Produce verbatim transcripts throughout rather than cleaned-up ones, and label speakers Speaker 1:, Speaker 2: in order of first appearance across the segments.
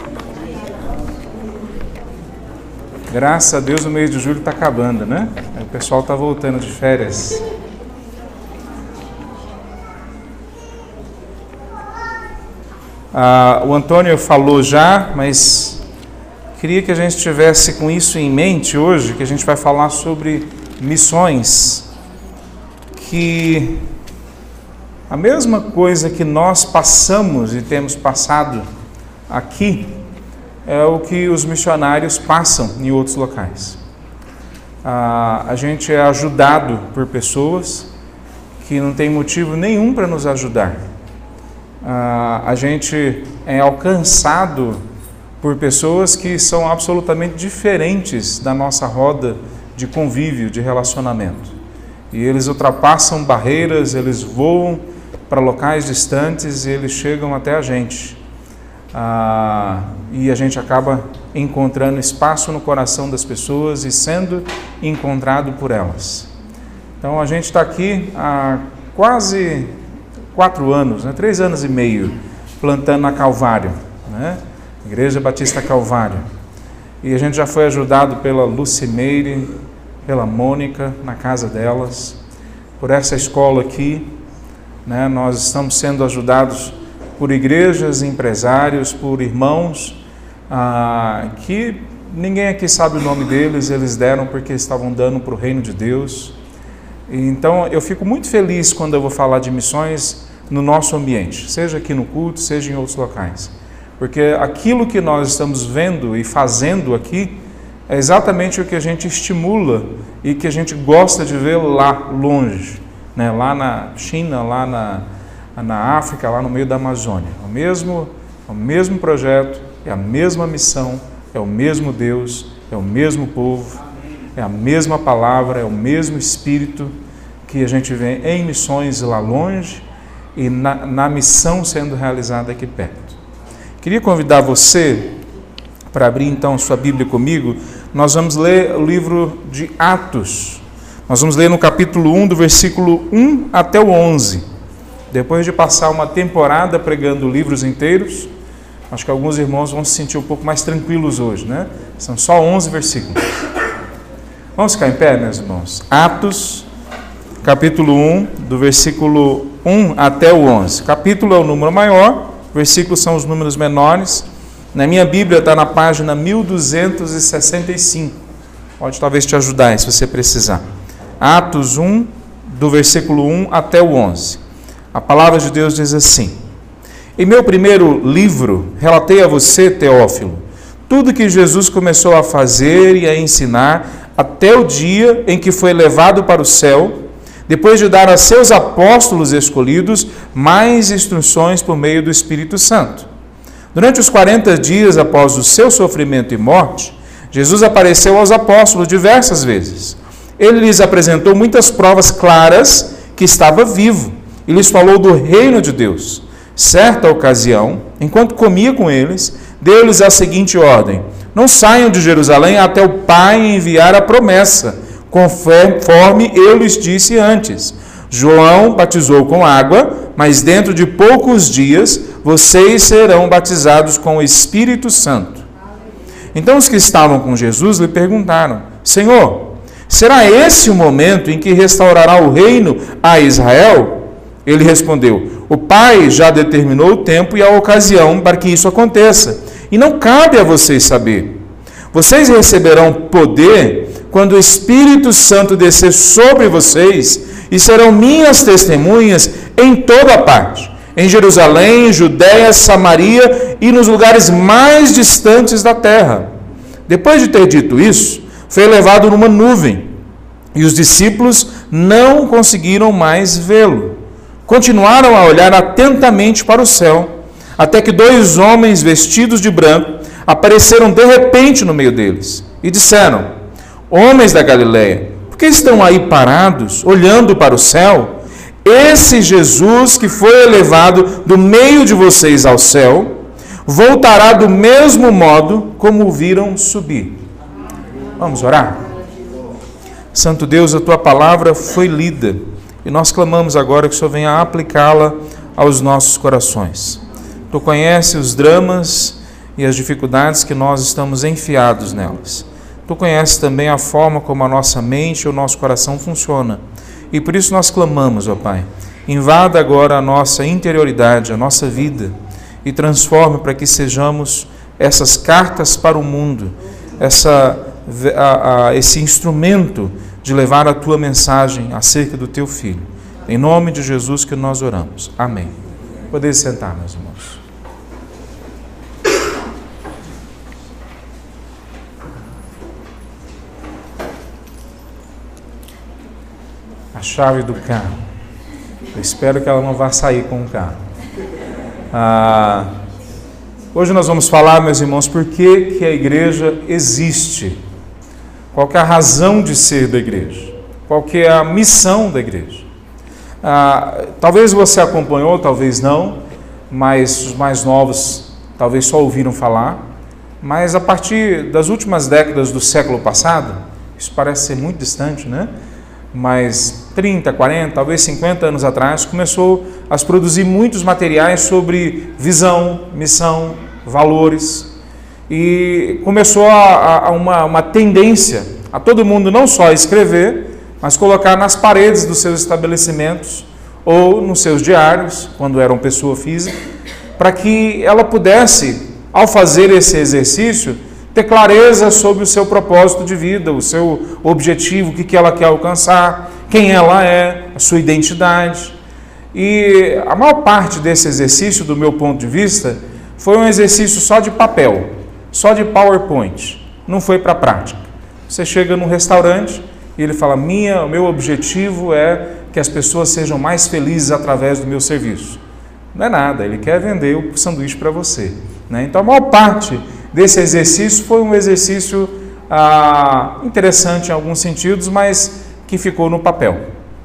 Speaker 1: Graças a Deus o mês de julho está acabando, né? O pessoal está voltando de férias. Ah, o Antônio falou já, mas queria que a gente tivesse com isso em mente hoje, que a gente vai falar sobre missões, que a mesma coisa que nós passamos e temos passado aqui é o que os missionários passam em outros locais. Ah, a gente é ajudado por pessoas que não tem motivo nenhum para nos ajudar. Ah, a gente é alcançado por pessoas que são absolutamente diferentes da nossa roda de convívio, de relacionamento. E eles ultrapassam barreiras, eles voam para locais distantes e eles chegam até a gente. Ah, e a gente acaba encontrando espaço no coração das pessoas e sendo encontrado por elas. Então a gente está aqui há quase quatro anos, né? três anos e meio, plantando na Calvário, né? Igreja Batista Calvário. E a gente já foi ajudado pela Lucimeire, pela Mônica, na casa delas, por essa escola aqui, né? Nós estamos sendo ajudados por igrejas, empresários, por irmãos, ah, que ninguém aqui sabe o nome deles, eles deram porque estavam dando para o reino de Deus. Então eu fico muito feliz quando eu vou falar de missões no nosso ambiente, seja aqui no culto, seja em outros locais. Porque aquilo que nós estamos vendo e fazendo aqui é exatamente o que a gente estimula e que a gente gosta de ver lá longe, né? Lá na China, lá na, na África, lá no meio da Amazônia. O mesmo, o mesmo projeto, é a mesma missão, é o mesmo Deus, é o mesmo povo, é a mesma palavra, é o mesmo Espírito que a gente vê em missões lá longe e na, na missão sendo realizada aqui perto. Queria convidar você para abrir então sua Bíblia comigo. Nós vamos ler o livro de Atos. Nós vamos ler no capítulo um, do versículo um até o onze. Depois de passar uma temporada pregando livros inteiros, acho que alguns irmãos vão se sentir um pouco mais tranquilos hoje, né? São só onze versículos. Vamos ficar em pé, meus irmãos? Atos, capítulo um, do versículo um até o onze. Capítulo é o número maior, versículos são os números menores. Na minha Bíblia está na página mil duzentos e sessenta e cinco. Pode talvez te ajudar se você precisar. Atos um, do versículo um até o onze. A palavra de Deus diz assim: em meu primeiro livro, relatei a você, Teófilo, tudo que Jesus começou a fazer e a ensinar até o dia em que foi levado para o céu, depois de dar a seus apóstolos escolhidos mais instruções por meio do Espírito Santo. Durante os quarenta dias após o seu sofrimento e morte, Jesus apareceu aos apóstolos diversas vezes. Ele lhes apresentou muitas provas claras que estava vivo e lhes falou do reino de Deus. Certa ocasião, enquanto comia com eles, deu-lhes a seguinte ordem: não saiam de Jerusalém até o Pai enviar a promessa, conforme eu lhes disse antes. João batizou com água, mas dentro de poucos dias vocês serão batizados com o Espírito Santo. Então os que estavam com Jesus lhe perguntaram: Senhor, será esse o momento em que restaurará o reino a Israel? Ele respondeu: o Pai já determinou o tempo e a ocasião para que isso aconteça, e não cabe a vocês saber. Vocês receberão poder quando o Espírito Santo descer sobre vocês, e serão minhas testemunhas em toda parte, em Jerusalém, Judéia, Samaria e nos lugares mais distantes da terra. Depois de ter dito isso, foi levado numa nuvem, e os discípulos não conseguiram mais vê-lo. Continuaram a olhar atentamente para o céu, até que dois homens vestidos de branco apareceram de repente no meio deles, e disseram: homens da Galileia, por que estão aí parados, olhando para o céu? Esse Jesus que foi elevado do meio de vocês ao céu, voltará do mesmo modo como o viram subir. Vamos orar? Santo Deus, a Tua palavra foi lida, e nós clamamos agora que o Senhor venha aplicá-la aos nossos corações. Tu conheces os dramas e as dificuldades que nós estamos enfiados nelas. Tu conheces também a forma como a nossa mente e o nosso coração funciona. E por isso nós clamamos, ó Pai, invada agora a nossa interioridade, a nossa vida, e transforme para que sejamos essas cartas para o mundo, essa, a, a, esse instrumento de levar a Tua mensagem acerca do Teu Filho. Em nome de Jesus que nós oramos. Amém. Podeis sentar, meus irmãos. A chave do carro. Eu espero que ela não vá sair com o carro. Ah, hoje nós vamos falar, meus irmãos, por que, que a igreja existe. Qual que é a razão de ser da igreja? Qual que é a missão da igreja? Ah, talvez você acompanhou, talvez não, mas os mais novos talvez só ouviram falar. Mas a partir das últimas décadas do século passado, isso parece ser muito distante, né? Mas trinta, quarenta, talvez cinquenta anos atrás, começou a se produzir muitos materiais sobre visão, missão, valores, e começou a, a uma, uma tendência a todo mundo não só escrever, mas colocar nas paredes dos seus estabelecimentos ou nos seus diários, quando eram pessoa física, para que ela pudesse, ao fazer esse exercício, ter clareza sobre o seu propósito de vida, o seu objetivo, o que ela quer alcançar, quem ela é, a sua identidade. E a maior parte desse exercício, do meu ponto de vista, foi um exercício só de papel, só de PowerPoint, não foi para a prática. Você chega num restaurante e ele fala, Minha, o meu objetivo é que as pessoas sejam mais felizes através do meu serviço. Não é nada, ele quer vender o sanduíche para você, né? Então a maior parte desse exercício foi um exercício ah, interessante em alguns sentidos, mas que ficou no papel.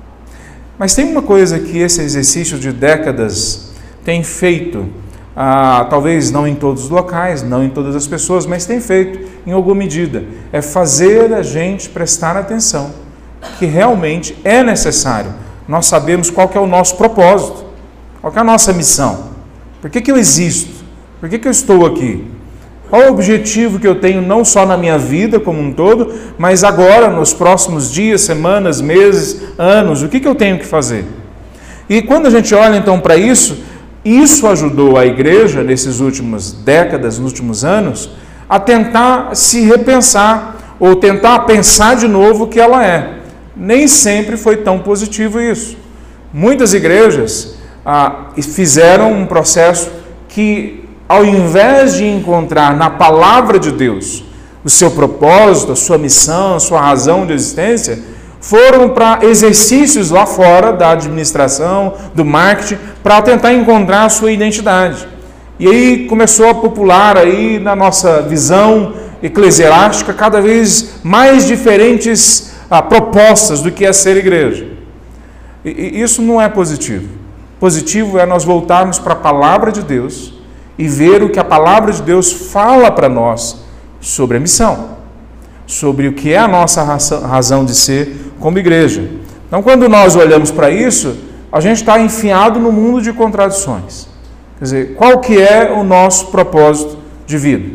Speaker 1: Mas tem uma coisa que esse exercício de décadas tem feito, ah, talvez não em todos os locais, não em todas as pessoas, mas tem feito em alguma medida, é fazer a gente prestar atenção, que realmente é necessário nós sabemos qual que é o nosso propósito, qual que é a nossa missão, por que que eu existo, por que que eu estou aqui. Qual é o objetivo que eu tenho não só na minha vida como um todo, mas agora, nos próximos dias, semanas, meses, anos, o que que eu tenho que fazer? E quando a gente olha então para isso, isso ajudou a igreja, nesses últimos décadas, nos últimos anos, a tentar se repensar, ou tentar pensar de novo o que ela é. Nem sempre foi tão positivo isso. Muitas igrejas ah, fizeram um processo que, ao invés de encontrar na palavra de Deus o seu propósito, a sua missão, a sua razão de existência, foram para exercícios lá fora da administração, do marketing, para tentar encontrar a sua identidade. E aí começou a popular aí na nossa visão eclesiástica cada vez mais diferentes ah, propostas do que é ser igreja. E, e isso não é positivo. Positivo é nós voltarmos para a palavra de Deus e ver o que a palavra de Deus fala para nós sobre a missão, sobre o que é a nossa razão de ser como igreja. Então, quando nós olhamos para isso, a gente está enfiado no mundo de contradições. Quer dizer, qual que é o nosso propósito de vida?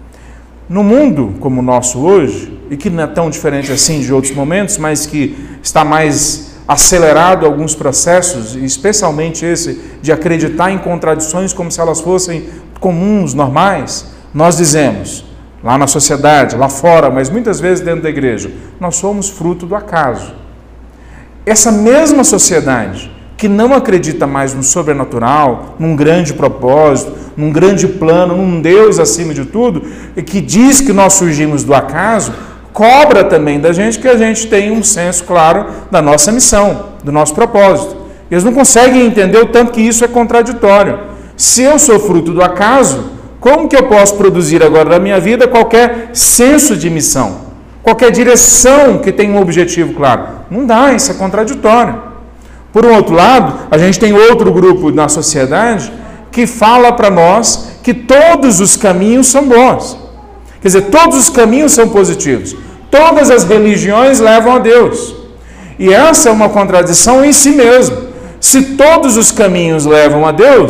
Speaker 1: No mundo como o nosso hoje, e que não é tão diferente assim de outros momentos, mas que está mais acelerado alguns processos, especialmente esse de acreditar em contradições como se elas fossem comuns, normais, nós dizemos, lá na sociedade, lá fora, mas muitas vezes dentro da igreja, nós somos fruto do acaso. Essa mesma sociedade que não acredita mais no sobrenatural, num grande propósito, num grande plano, num Deus acima de tudo, e que diz que nós surgimos do acaso, cobra também da gente que a gente tem um senso claro da nossa missão, do nosso propósito. Eles não conseguem entender o tanto que isso é contraditório. Se eu sou fruto do acaso, como que eu posso produzir agora na minha vida qualquer senso de missão? Qualquer direção que tenha um objetivo claro? Não dá, isso é contraditório. Por um outro lado, a gente tem outro grupo na sociedade que fala para nós que todos os caminhos são bons. Quer dizer, todos os caminhos são positivos. Todas as religiões levam a Deus. E essa é uma contradição em si mesmo. Se todos os caminhos levam a Deus,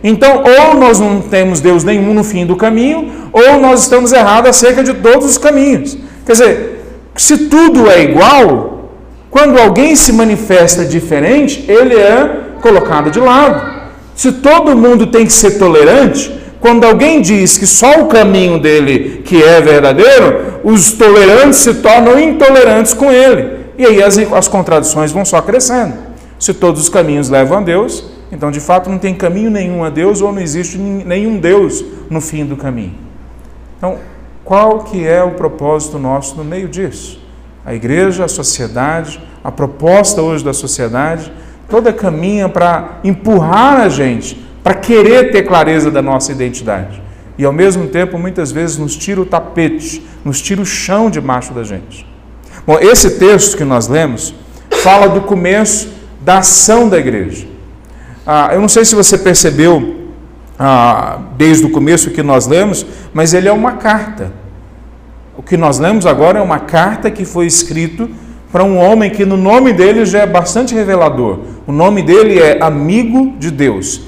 Speaker 1: Então, ou nós não temos Deus nenhum no fim do caminho, ou nós estamos errados acerca de todos os caminhos. Quer dizer, se tudo é igual, quando alguém se manifesta diferente, ele é colocado de lado. Se todo mundo tem que ser tolerante, quando alguém diz que só o caminho dele que é verdadeiro, os tolerantes se tornam intolerantes com ele. E aí as, as contradições vão só crescendo. Se todos os caminhos levam a Deus, então de fato não tem caminho nenhum a Deus, ou não existe nenhum Deus no fim do caminho. Então, qual que é o propósito nosso no meio disso? A igreja, a sociedade, a proposta hoje da sociedade, toda caminha para empurrar a gente, para querer ter clareza da nossa identidade. E ao mesmo tempo, muitas vezes, nos tira o tapete, nos tira o chão debaixo da gente. Bom, esse texto que nós lemos fala do começo da ação da igreja. Ah, eu não sei se você percebeu ah, desde o começo que nós lemos, mas ele é uma carta. O que nós lemos agora é uma carta que foi escrito para um homem que no nome dele já é bastante revelador. O nome dele é amigo de Deus,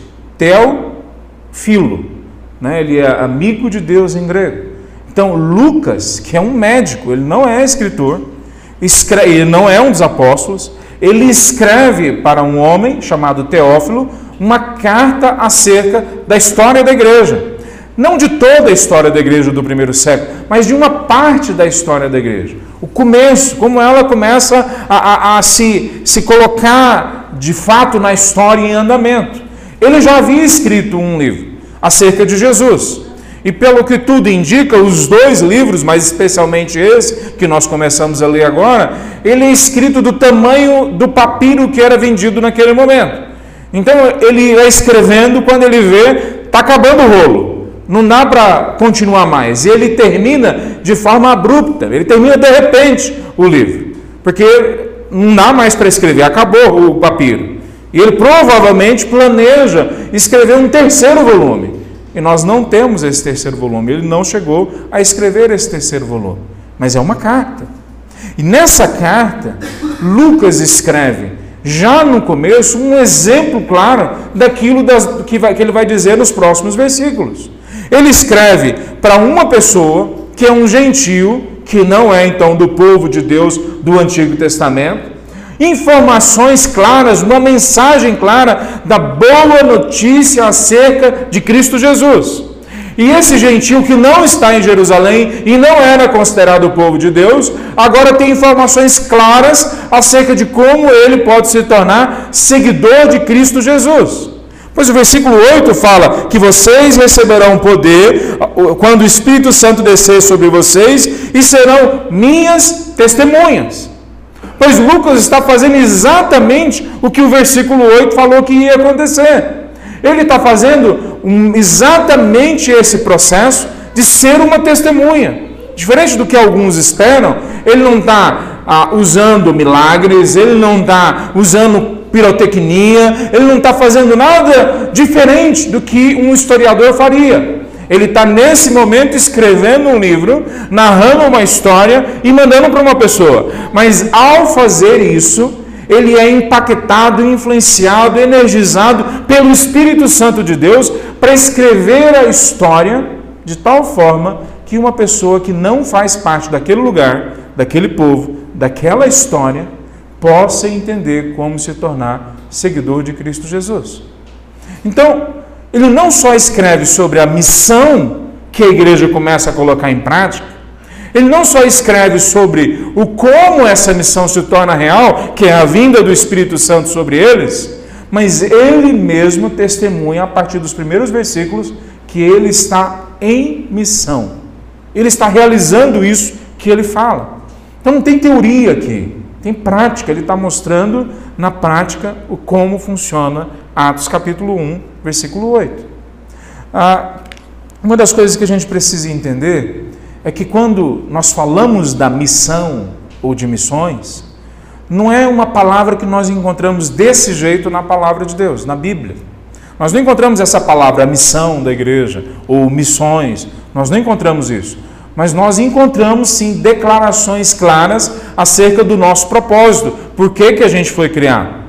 Speaker 1: Teófilo, né? Ele é amigo de Deus em grego. Então Lucas, que é um médico, ele não é escritor, escreve, ele não é um dos apóstolos, ele escreve para um homem chamado Teófilo uma carta acerca da história da igreja. Não de toda a história da igreja do primeiro século, mas de uma parte da história da igreja. O começo, como ela começa a, a, a se, se colocar de fato na história em andamento. Ele já havia escrito um livro acerca de Jesus. E pelo que tudo indica, os dois livros, mas especialmente esse que nós começamos a ler agora, ele é escrito do tamanho do papiro que era vendido naquele momento. Então ele vai escrevendo, quando ele vê, está acabando o rolo. Não dá para continuar mais. E ele termina de forma abrupta. Ele termina de repente o livro. Porque não dá mais para escrever. Acabou o papiro. E ele provavelmente planeja escrever um terceiro volume. E nós não temos esse terceiro volume. Ele não chegou a escrever esse terceiro volume. Mas é uma carta. E nessa carta, Lucas escreve, já no começo, um exemplo claro daquilo das, que, vai, que ele vai dizer nos próximos versículos. Ele escreve para uma pessoa que é um gentio, que não é então do povo de Deus do Antigo Testamento, informações claras, uma mensagem clara da boa notícia acerca de Cristo Jesus. E esse gentio que não está em Jerusalém e não era considerado o povo de Deus, agora tem informações claras acerca de como ele pode se tornar seguidor de Cristo Jesus. Pois o versículo oito fala que vocês receberão poder quando o Espírito Santo descer sobre vocês e serão minhas testemunhas. Pois Lucas está fazendo exatamente o que o versículo oito falou que ia acontecer. Ele está fazendo um, exatamente esse processo de ser uma testemunha. Diferente do que alguns esperam, ele não está ah, usando milagres, ele não está usando pirotecnia, ele não está fazendo nada diferente do que um historiador faria. Ele está nesse momento escrevendo um livro, narrando uma história e mandando para uma pessoa. Mas ao fazer isso, ele é impactado, influenciado, energizado pelo Espírito Santo de Deus para escrever a história de tal forma que uma pessoa que não faz parte daquele lugar, daquele povo, daquela história, possa entender como se tornar seguidor de Cristo Jesus. Então, ele não só escreve sobre a missão que a igreja começa a colocar em prática, ele não só escreve sobre o como essa missão se torna real, que é a vinda do Espírito Santo sobre eles, mas ele mesmo testemunha a partir dos primeiros versículos que ele está em missão. Ele está realizando isso que ele fala. Então não tem teoria aqui, tem prática. Ele está mostrando na prática o como funciona Atos capítulo um, versículo oito. Ah, uma das coisas que a gente precisa entender é que quando nós falamos da missão ou de missões, não é uma palavra que nós encontramos desse jeito na palavra de Deus, na Bíblia. Nós não encontramos essa palavra, missão da igreja, ou missões, nós não encontramos isso. Mas nós encontramos sim declarações claras acerca do nosso propósito, por que que a gente foi criado.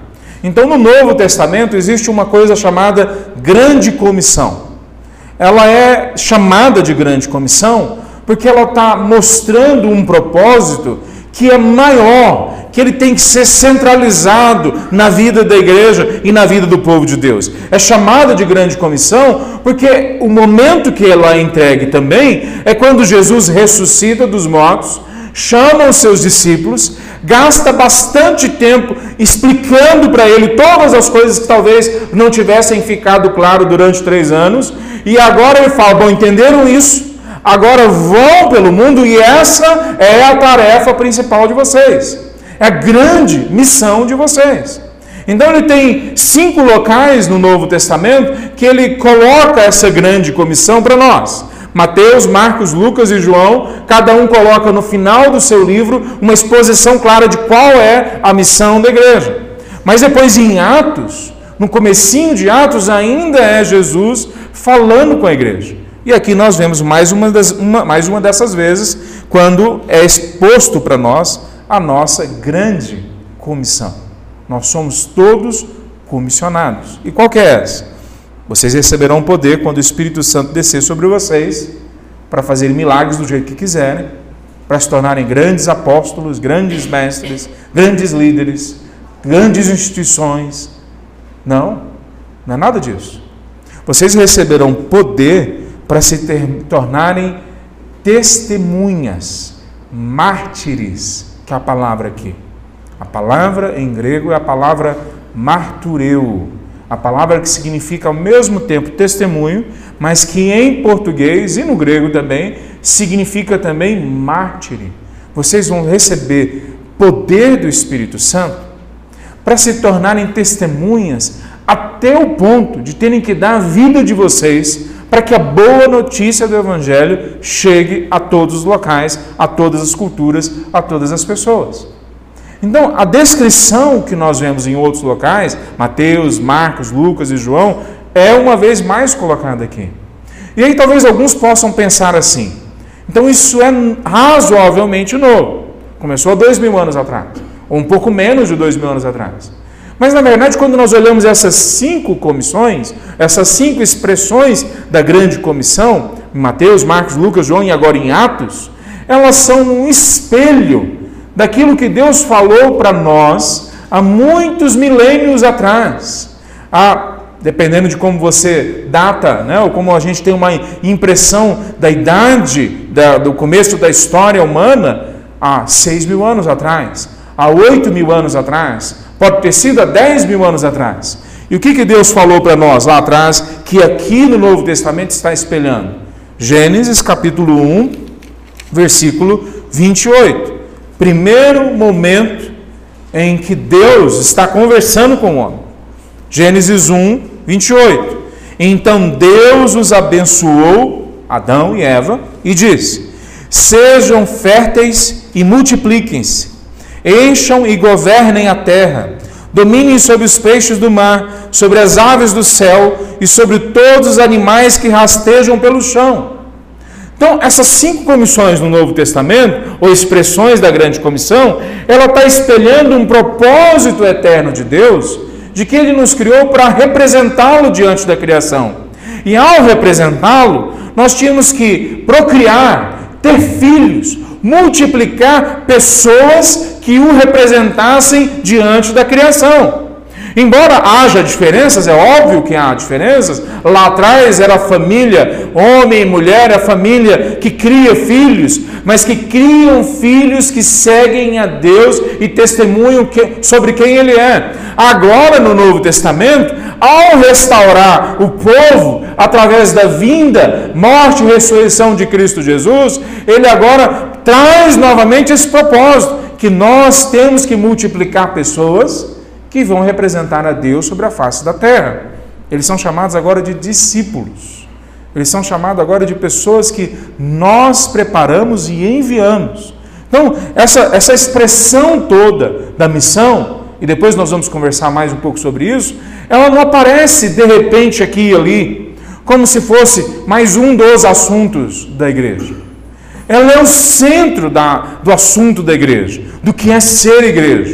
Speaker 1: Então, no Novo Testamento existe uma coisa chamada Grande Comissão. Ela é chamada de Grande Comissão porque ela está mostrando um propósito que é maior, que ele tem que ser centralizado na vida da igreja e na vida do povo de Deus. É chamada de Grande Comissão porque o momento que ela é entregue também é quando Jesus ressuscita dos mortos, chama os seus discípulos, gasta bastante tempo explicando para ele todas as coisas que talvez não tivessem ficado claro durante três anos, e agora ele fala, bom, entenderam isso? Agora vão pelo mundo e essa é a tarefa principal de vocês. É a grande missão de vocês. Então ele tem cinco locais no Novo Testamento que ele coloca essa grande comissão para nós. Mateus, Marcos, Lucas e João, cada um coloca no final do seu livro uma exposição clara de qual é a missão da igreja. Mas depois em Atos, no comecinho de Atos, ainda é Jesus falando com a igreja. E aqui nós vemos mais uma, das, uma, mais uma dessas vezes, quando é exposto para nós a nossa grande comissão. Nós somos todos comissionados. E qual que é essa? Vocês receberão poder quando o Espírito Santo descer sobre vocês, para fazerem milagres do jeito que quiserem, para se tornarem grandes apóstolos, grandes mestres, grandes líderes, grandes instituições. Não, não é nada disso. Vocês receberão poder para se ter, tornarem testemunhas, mártires, que é a palavra aqui. A palavra em grego é a palavra martureu, a palavra que significa ao mesmo tempo testemunho, mas que em português e no grego também significa também mártire. Vocês vão receber poder do Espírito Santo para se tornarem testemunhas até o ponto de terem que dar a vida de vocês para que a boa notícia do Evangelho chegue a todos os locais, a todas as culturas, a todas as pessoas. Então, a descrição que nós vemos em outros locais, Mateus, Marcos, Lucas e João, é uma vez mais colocada aqui. E aí talvez alguns possam pensar assim, então isso é razoavelmente novo, começou há dois mil anos atrás, ou um pouco menos de dois mil anos atrás. Mas, na verdade, quando nós olhamos essas cinco comissões, essas cinco expressões da grande comissão, em Mateus, Marcos, Lucas, João e agora em Atos, elas são um espelho daquilo que Deus falou para nós há muitos milênios atrás. Há, dependendo de como você data, né, ou como a gente tem uma impressão da idade, da, do começo da história humana, há seis mil anos atrás, há oito mil anos atrás, pode ter sido há dez mil anos atrás. E o que, que Deus falou para nós lá atrás, que aqui no Novo Testamento está espelhando? Gênesis capítulo um, versículo vinte e oito. Primeiro momento em que Deus está conversando com o homem. Gênesis um, vinte e oito. Então Deus os abençoou, Adão e Eva, e disse: sejam férteis e multipliquem-se, encham e governem a terra, dominem sobre os peixes do mar, sobre as aves do céu e sobre todos os animais que rastejam pelo chão. Então, essas cinco comissões no Novo Testamento, ou expressões da grande comissão, ela está espelhando um propósito eterno de Deus, de que Ele nos criou para representá-lo diante da criação. E ao representá-lo, nós tínhamos que procriar, ter filhos, multiplicar pessoas que o representassem diante da criação. Embora haja diferenças, é óbvio que há diferenças, lá atrás era a família, homem e mulher, a família que cria filhos, mas que criam filhos que seguem a Deus e testemunham que, sobre quem Ele é. Agora, no Novo Testamento, ao restaurar o povo, através da vinda, morte e ressurreição de Cristo Jesus, Ele agora traz novamente esse propósito, que nós temos que multiplicar pessoas que vão representar a Deus sobre a face da terra. Eles são chamados agora de discípulos. Eles são chamados agora de pessoas que nós preparamos e enviamos. Então, essa, essa expressão toda da missão, e depois nós vamos conversar mais um pouco sobre isso, ela não aparece de repente aqui e ali, como se fosse mais um dos assuntos da igreja. Ela é o centro da, do assunto da igreja, do que é ser igreja.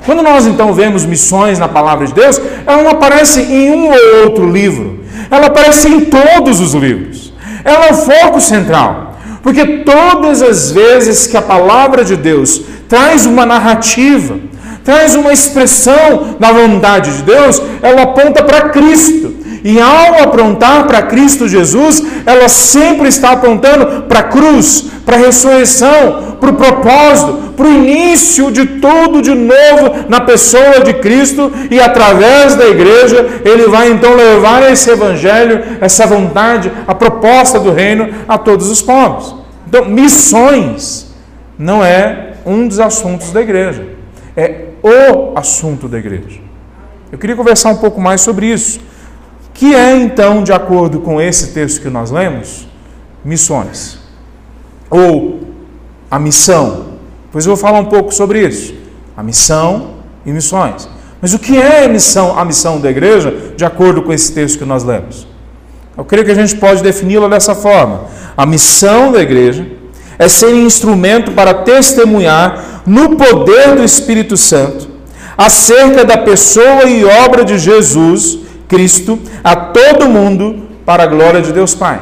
Speaker 1: Quando nós então vemos missões na palavra de Deus, ela não aparece em um ou outro livro, ela aparece em todos os livros. Ela é o foco central, porque todas as vezes que a palavra de Deus traz uma narrativa, traz uma expressão da vontade de Deus, ela aponta para Cristo. E ao apontar para Cristo Jesus, ela sempre está apontando para a cruz, para a ressurreição, para o propósito, para o início de tudo de novo na pessoa de Cristo, e através da igreja, ele vai então levar esse evangelho, essa vontade, a proposta do reino a todos os povos. Então, missões não é um dos assuntos da igreja, é o assunto da igreja. Eu queria conversar um pouco mais sobre isso. Que é, então, de acordo com esse texto que nós lemos, missões, ou a missão. Pois eu vou falar um pouco sobre isso, a missão e missões. Mas o que é a missão, a missão da igreja, de acordo com esse texto que nós lemos? Eu creio que a gente pode defini-la dessa forma. A missão da igreja é ser instrumento para testemunhar no poder do Espírito Santo acerca da pessoa e obra de Jesus Cristo a todo mundo para a glória de Deus Pai.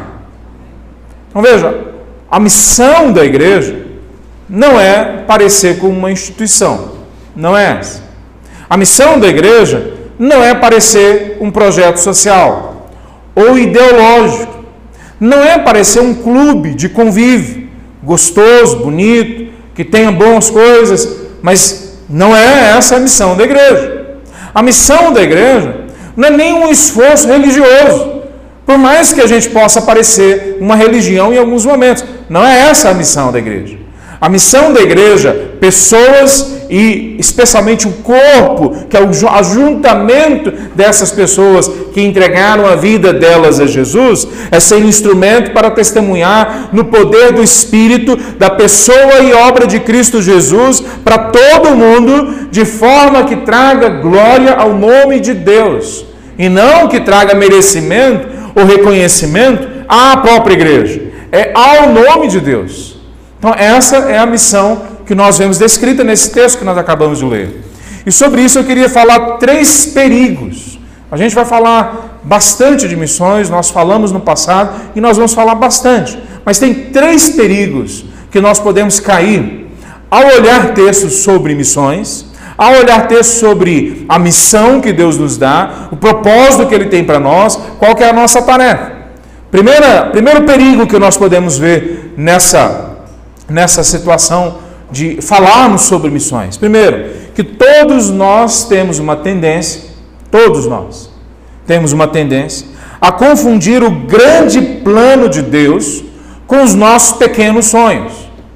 Speaker 1: Então veja, a missão da igreja não é parecer com uma instituição, não é essa. A missão da igreja não é parecer um projeto social ou ideológico, não é parecer um clube de convívio, gostoso, bonito, que tenha boas coisas, mas não é essa a missão da igreja. A missão da igreja não é nenhum esforço religioso, por mais que a gente possa parecer uma religião em alguns momentos. Não é essa a missão da igreja. A missão da igreja, pessoas e especialmente o corpo, que é o ajuntamento dessas pessoas que entregaram a vida delas a Jesus, é ser instrumento para testemunhar no poder do Espírito, da pessoa e obra de Cristo Jesus, para todo mundo, de forma que traga glória ao nome de Deus, e não que traga merecimento ou reconhecimento à própria igreja, é ao nome de Deus. Então essa é a missão que nós vemos descrita nesse texto que nós acabamos de ler. E sobre isso eu queria falar três perigos. A gente vai falar bastante de missões, nós falamos no passado e nós vamos falar bastante. Mas tem três perigos que nós podemos cair ao olhar textos sobre missões, ao olhar textos sobre a missão que Deus nos dá, o propósito que Ele tem para nós, qual que é a nossa tarefa. Primeira, primeiro perigo que nós podemos ver nessa, nessa situação de falarmos sobre missões. Primeiro, que todos nós temos uma tendência, todos nós temos uma tendência a confundir o grande plano de Deus com os nossos pequenos sonhos.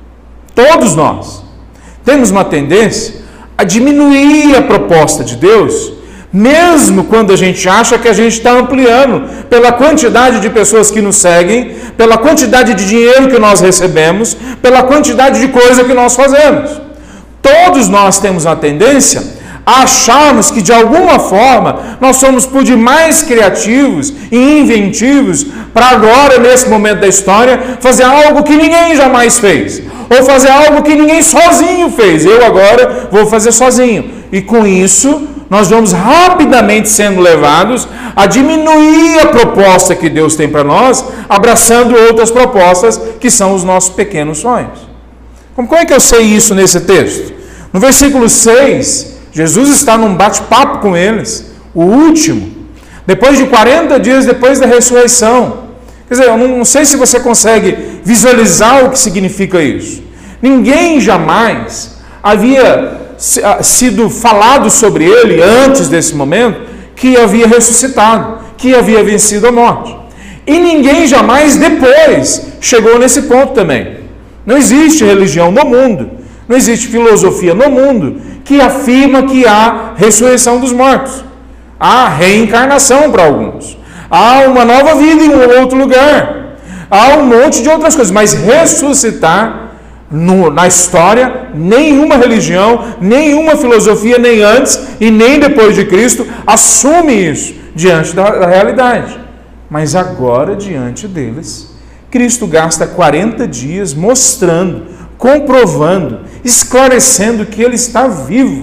Speaker 1: Todos nós temos uma tendência a diminuir a proposta de Deus, mesmo quando a gente acha que a gente está ampliando pela quantidade de pessoas que nos seguem, pela quantidade de dinheiro que nós recebemos, pela quantidade de coisa que nós fazemos. Todos nós temos uma tendência a acharmos que de alguma forma nós somos por demais criativos e inventivos para agora, nesse momento da história, fazer algo que ninguém jamais fez, ou fazer algo que ninguém sozinho fez. Eu agora vou fazer sozinho. E com isso nós vamos rapidamente sendo levados a diminuir a proposta que Deus tem para nós, abraçando outras propostas que são os nossos pequenos sonhos. Como, como é que eu sei isso nesse texto? No versículo seis, Jesus está num bate-papo com eles, o último, depois de quarenta dias depois da ressurreição. Quer dizer, eu não sei se você consegue visualizar o que significa isso. Ninguém jamais havia sido falado sobre ele antes desse momento que havia ressuscitado, que havia vencido a morte. E ninguém jamais depois chegou nesse ponto também. Não existe religião no mundo, não existe filosofia no mundo que afirma que há ressurreição dos mortos. Há reencarnação para alguns. Há uma nova vida em um outro lugar. Há um monte de outras coisas, mas ressuscitar No, na história, nenhuma religião, nenhuma filosofia, nem antes e nem depois de Cristo, assume isso diante da, da realidade. Mas agora, diante deles, Cristo gasta quarenta dias mostrando, comprovando, esclarecendo que Ele está vivo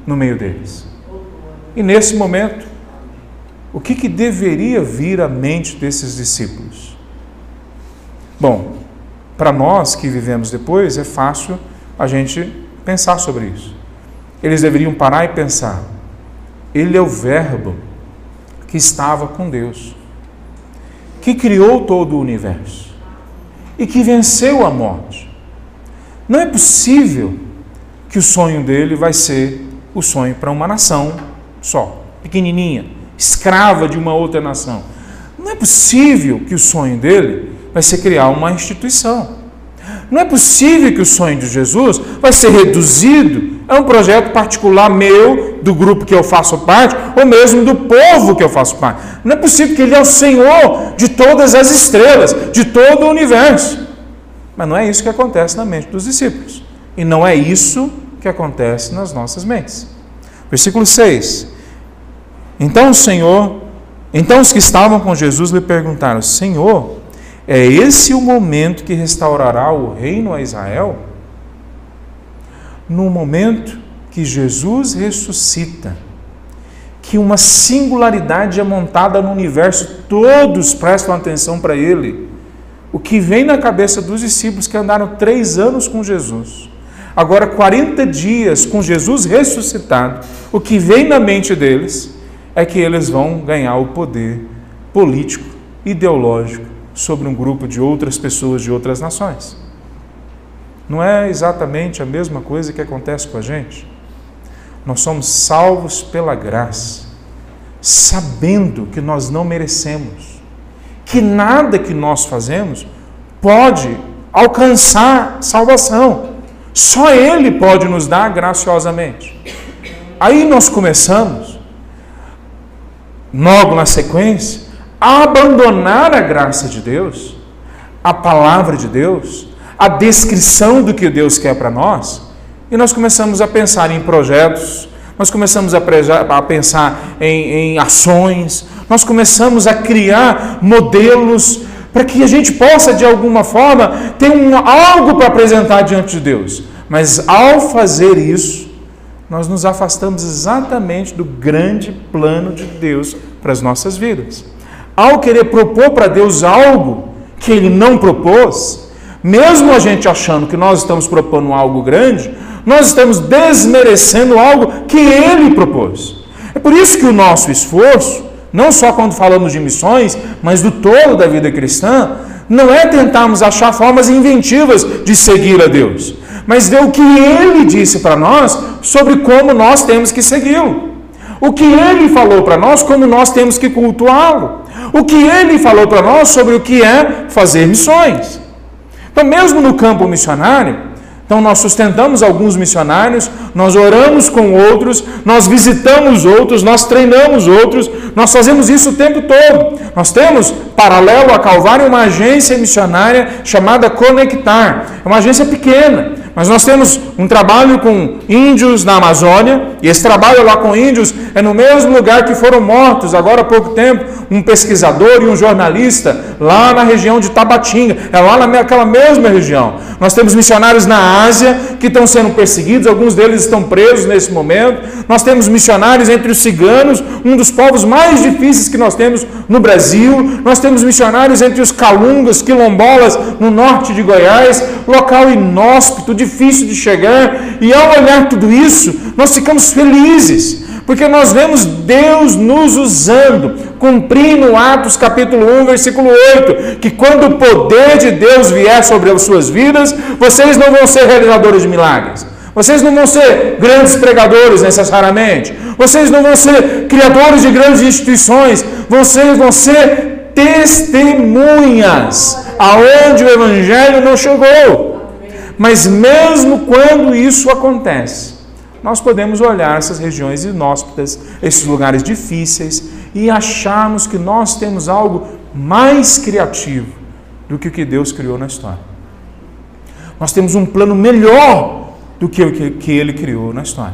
Speaker 1: no meio deles. E nesse momento, o que, que deveria vir à mente desses discípulos? Bom, para nós que vivemos depois, é fácil a gente pensar sobre isso. Eles deveriam parar e pensar: Ele é o Verbo que estava com Deus, que criou todo o universo e que venceu a morte. Não é possível que o sonho dele vai ser o sonho para uma nação só, pequenininha, escrava de uma outra nação. Não é possível que o sonho dele vai ser criar uma instituição. Não é possível que o sonho de Jesus vai ser reduzido a um projeto particular meu, do grupo que eu faço parte, ou mesmo do povo que eu faço parte. Não é possível que Ele é o Senhor de todas as estrelas, de todo o universo. Mas não é isso que acontece na mente dos discípulos. E não é isso que acontece nas nossas mentes. Versículo seis. Então o Senhor, então os que estavam com Jesus lhe perguntaram: Senhor, é esse o momento que restaurará o reino a Israel? No momento que Jesus ressuscita, que uma singularidade é montada no universo, todos prestam atenção para ele. O que vem na cabeça dos discípulos que andaram três anos com Jesus, agora quarenta dias com Jesus ressuscitado, o que vem na mente deles é que eles vão ganhar o poder político, ideológico, sobre um grupo de outras pessoas de outras nações. Não é exatamente a mesma coisa que acontece com a gente? Nós somos salvos pela graça, sabendo que nós não merecemos, que nada que nós fazemos pode alcançar salvação. Só Ele pode nos dar graciosamente. Aí nós começamos, logo na sequência, a abandonar a graça de Deus, a palavra de Deus, a descrição do que Deus quer para nós, e nós começamos a pensar em projetos, nós começamos a, a pensar em, em ações, nós começamos a criar modelos para que a gente possa, de alguma forma, ter um, algo para apresentar diante de Deus. Mas ao fazer isso, nós nos afastamos exatamente do grande plano de Deus para as nossas vidas. Ao querer propor para Deus algo que Ele não propôs, mesmo a gente achando que nós estamos propondo algo grande, nós estamos desmerecendo algo que Ele propôs. É por isso que o nosso esforço, não só quando falamos de missões, mas do todo da vida cristã, não é tentarmos achar formas inventivas de seguir a Deus, mas ver o que Ele disse para nós sobre como nós temos que segui-lo. O que Ele falou para nós, como nós temos que cultuá-lo. O que Ele falou para nós sobre o que é fazer missões. Então, mesmo no campo missionário, então nós sustentamos alguns missionários, nós oramos com outros, nós visitamos outros, nós treinamos outros, nós fazemos isso o tempo todo. Nós temos, paralelo a Calvário, uma agência missionária chamada Conectar. É uma agência pequena, mas nós temos um trabalho com índios na Amazônia, e esse trabalho lá com índios é no mesmo lugar que foram mortos, agora há pouco tempo, um pesquisador e um jornalista, lá na região de Tabatinga, é lá naquela mesma região. Nós temos missionários na Ásia que estão sendo perseguidos, alguns deles estão presos nesse momento. Nós temos missionários entre os ciganos, um dos povos mais difíceis que nós temos no Brasil. Nós temos missionários entre os calungas, quilombolas, no norte de Goiás, local inóspito, difícil de chegar. E ao olhar tudo isso, nós ficamos felizes, porque nós vemos Deus nos usando, cumprindo Atos capítulo um, versículo oito, que quando o poder de Deus vier sobre as suas vidas, vocês não vão ser realizadores de milagres, vocês não vão ser grandes pregadores necessariamente, vocês não vão ser criadores de grandes instituições, vocês vão ser testemunhas aonde o Evangelho não chegou. Mas mesmo quando isso acontece, nós podemos olhar essas regiões inóspitas, esses lugares difíceis, e acharmos que nós temos algo mais criativo do que o que Deus criou na história. Nós temos um plano melhor do que o que Ele criou na história.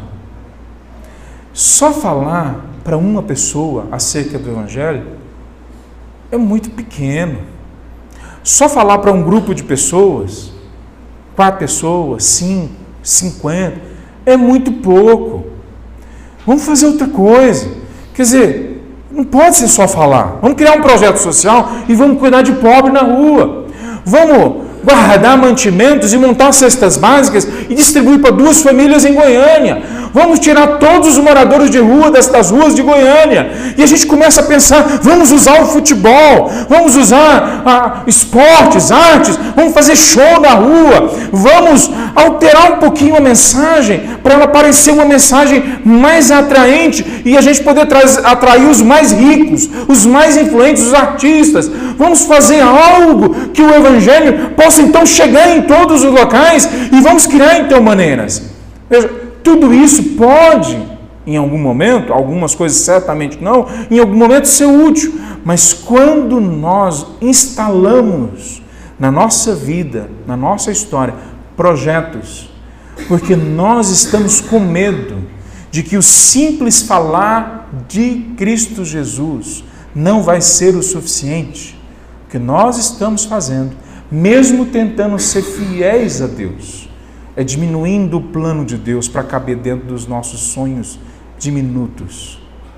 Speaker 1: Só falar para uma pessoa acerca do Evangelho é muito pequeno. Só falar para um grupo de pessoas, quatro pessoas, cinco, cinquenta, é muito pouco. Vamos fazer outra coisa. Quer dizer, não pode ser só falar. Vamos criar um projeto social e vamos cuidar de pobre na rua. Vamos guardar mantimentos e montar cestas básicas e distribuir para duas famílias em Goiânia. Vamos tirar todos os moradores de rua das ruas de Goiânia. E a gente começa a pensar, vamos usar o futebol, vamos usar ah, esportes, artes, vamos fazer show na rua, vamos alterar um pouquinho a mensagem para ela parecer uma mensagem mais atraente e a gente poder atrair os mais ricos, os mais influentes, os artistas. Vamos fazer algo que o Evangelho possa então chegar em todos os locais e vamos criar então maneiras. Veja, tudo isso pode, em algum momento, algumas coisas certamente não, em algum momento ser útil, mas quando nós instalamos na nossa vida, na nossa história, projetos, porque nós estamos com medo de que o simples falar de Cristo Jesus não vai ser o suficiente, o que nós estamos fazendo, mesmo tentando ser fiéis a Deus, é diminuindo o plano de Deus para caber dentro dos nossos sonhos diminutos.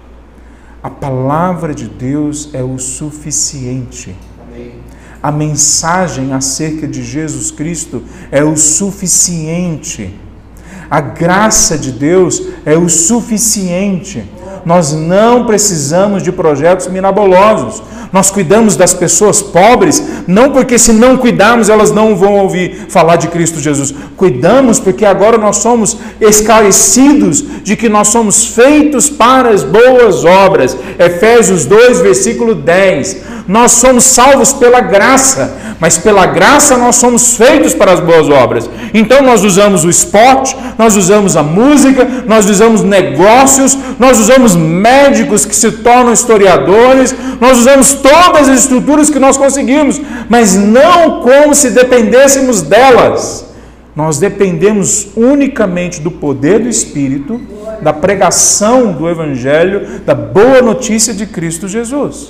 Speaker 1: A palavra de Deus é o suficiente. Amém. A mensagem acerca de Jesus Cristo é o suficiente. A graça de Deus é o suficiente. Nós não precisamos de projetos mirabolosos. Nós cuidamos das pessoas pobres, não porque se não cuidarmos elas não vão ouvir falar de Cristo Jesus. Cuidamos porque agora nós somos esclarecidos de que nós somos feitos para as boas obras. Efésios dois, versículo dez. Nós somos salvos pela graça, mas pela graça nós somos feitos para as boas obras. Então nós usamos o esporte, nós usamos a música, nós usamos negócios, nós usamos médicos que se tornam historiadores, nós usamos todas as estruturas que nós conseguimos, mas não como se dependêssemos delas. Nós dependemos unicamente do poder do Espírito, da pregação do Evangelho, da boa notícia de Cristo Jesus.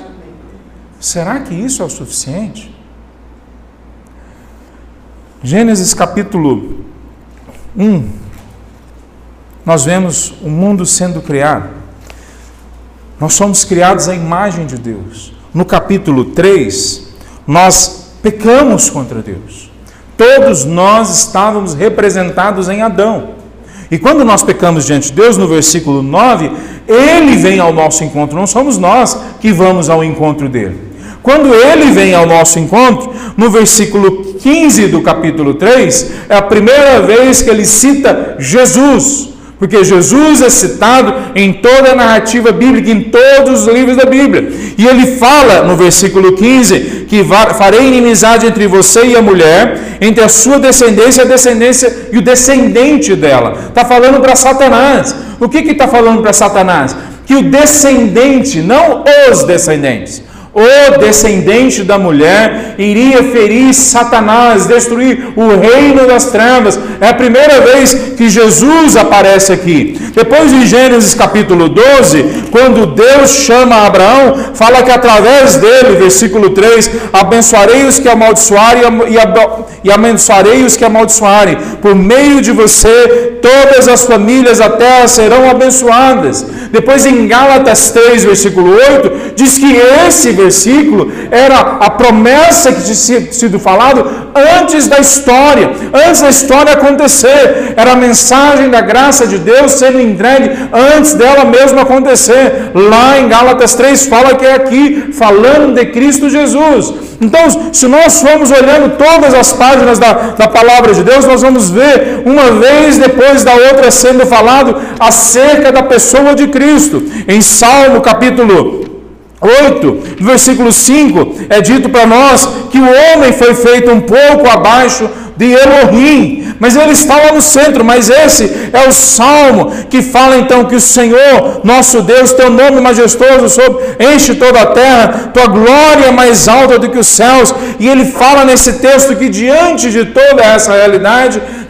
Speaker 1: Será que isso é o suficiente? Gênesis capítulo um, nós vemos o mundo sendo criado. Nós somos criados à imagem de Deus. No capítulo três, nós pecamos contra Deus. Todos nós estávamos representados em Adão. E quando nós pecamos diante de Deus, no versículo nove, Ele vem ao nosso encontro, não somos nós que vamos ao encontro dele. Quando Ele vem ao nosso encontro, no versículo quinze do capítulo três, é a primeira vez que Ele cita Jesus, porque Jesus é citado em toda a narrativa bíblica, em todos os livros da Bíblia. E Ele fala no versículo quinze, que farei inimizade entre você e a mulher, entre a sua descendência e a descendência e o descendente dela. Está falando para Satanás. O que está falando para Satanás? Que o descendente, não os descendentes, o descendente da mulher iria ferir Satanás, destruir o reino das trevas. É a primeira vez que Jesus aparece aqui. Depois em Gênesis capítulo doze, quando Deus chama Abraão, fala que através dele, versículo três, abençoarei os que amaldiçoarem e abençoarei os que amaldiçoarem. Por meio de você, todas as famílias da terra serão abençoadas. Depois em Gálatas três, versículo oito, diz que esse versículo era a promessa que tinha sido falado antes da história, antes da história acontecer. Era a mensagem da graça de Deus sendo entregue antes dela mesma acontecer. Lá em Gálatas três fala que é aqui falando de Cristo Jesus. Então, se nós formos olhando todas as páginas da, da palavra de Deus, nós vamos ver uma vez depois da outra sendo falado acerca da pessoa de Cristo. Em Salmo capítulo oito, versículo cinco, é dito para nós que o homem foi feito um pouco abaixo de Elohim, mas ele está lá no centro. Mas esse é o salmo que fala então que o Senhor, nosso Deus, teu nome majestoso sobre, enche toda a terra, tua glória é mais alta do que os céus. E ele fala nesse texto que diante de toda essa realidade,